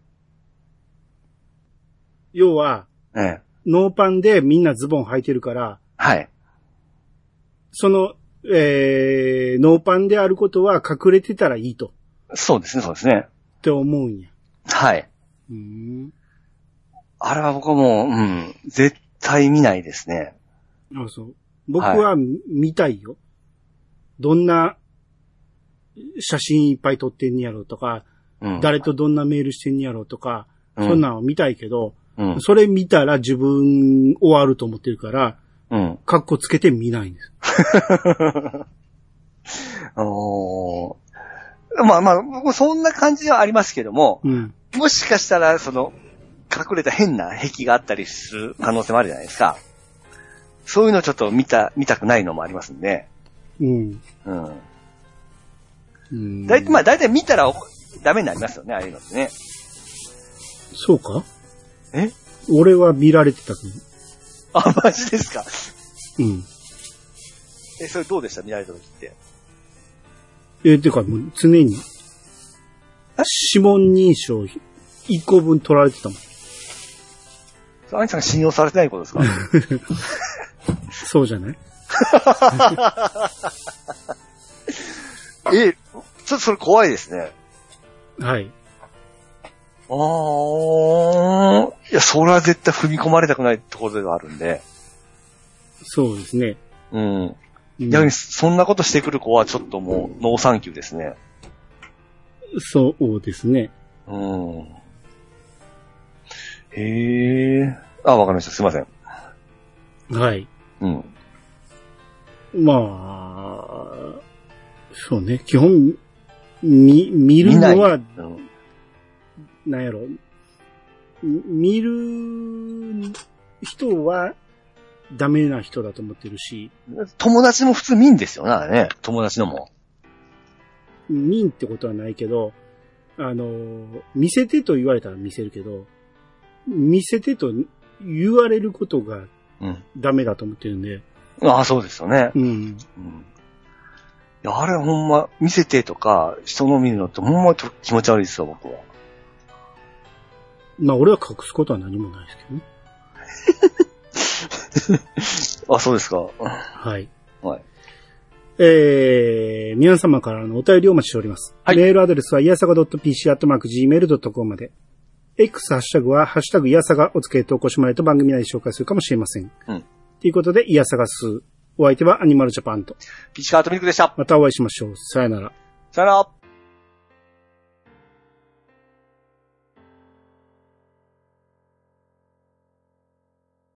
要は、 ええ。 ノーパンでみんなズボン履いてるから、 はい。 その、えー、ノーパンであることは隠れてたらいいと。 そうですね、そうですね。 って思うんや。 はい。 うーん。 あれは僕はもう、うん、絶対見ないですね。 あ、そう。僕は見たいよ。どんな写真いっぱい撮ってんやろうとか、うん、誰とどんなメールしてんやろうとか、うん、そんなの見たいけど、うん、それ見たら自分終わると思ってるから、うん。カッコつけて見ないんです。 おーまあまあ、僕そんな感じはありますけども、うん、もしかしたら、その、隠れた変な壁があったりする可能性もあるじゃないですか。そういうのをちょっと見た、見たくないのもありますんで。うん。うん。うん。だいたい、まあだいたい見たらダメになりますよね、ああいうのってね。 そうか？ え？ 俺は見られてたけど。 あ、マジですか？ うん。 え、それどうでした？見られた時って。 え、てかもう常に、指紋認証いっこぶん取られてたもん。 アニさんが信用されてないことですか？ そうじゃない？ え、ちょっとそれ怖いですね。 はい。 ああ、いや、それは絶対踏み込まれたくないところではあるんで。 そうですね。 うん。逆にそんなことしてくる子はちょっともうノーサンキューですね。 そうですね。 うん。へえ。あ、わかりました。すいません。 はい。 うん。 まあ、そうね。基本、見、見るのは、うん、なんやろ。見る人はダメな人だと思ってるし。 友達も普通見んですよね。友達のも。 見んってことはないけど、あの、見せてと言われたら見せるけど、見せてと言われることがダメだと思ってるんで。 うん、ああ、そうですよね。うん。うん、いや、あれほんま、見せてとか、人の見るのってほんま気持ち悪いですよ、僕は。 まあ、俺は隠すことは何もないですけどね。 あ、そうですか。 はい。 はい。 えー、皆様からのお便りをお待ちしております。はい、メールアドレスは、いやさが .pc アットマーク ジーメール ドットコム まで。X ハッシュタグは、ハッシュタグいやさがをつけて投稿してもらえると番組内で紹介するかもしれません。うん。ということで、いやさが数。お相手はアニマルジャパンと。 ピチカートミルクでした。 またお会いしましょう。さよなら。 さよなら。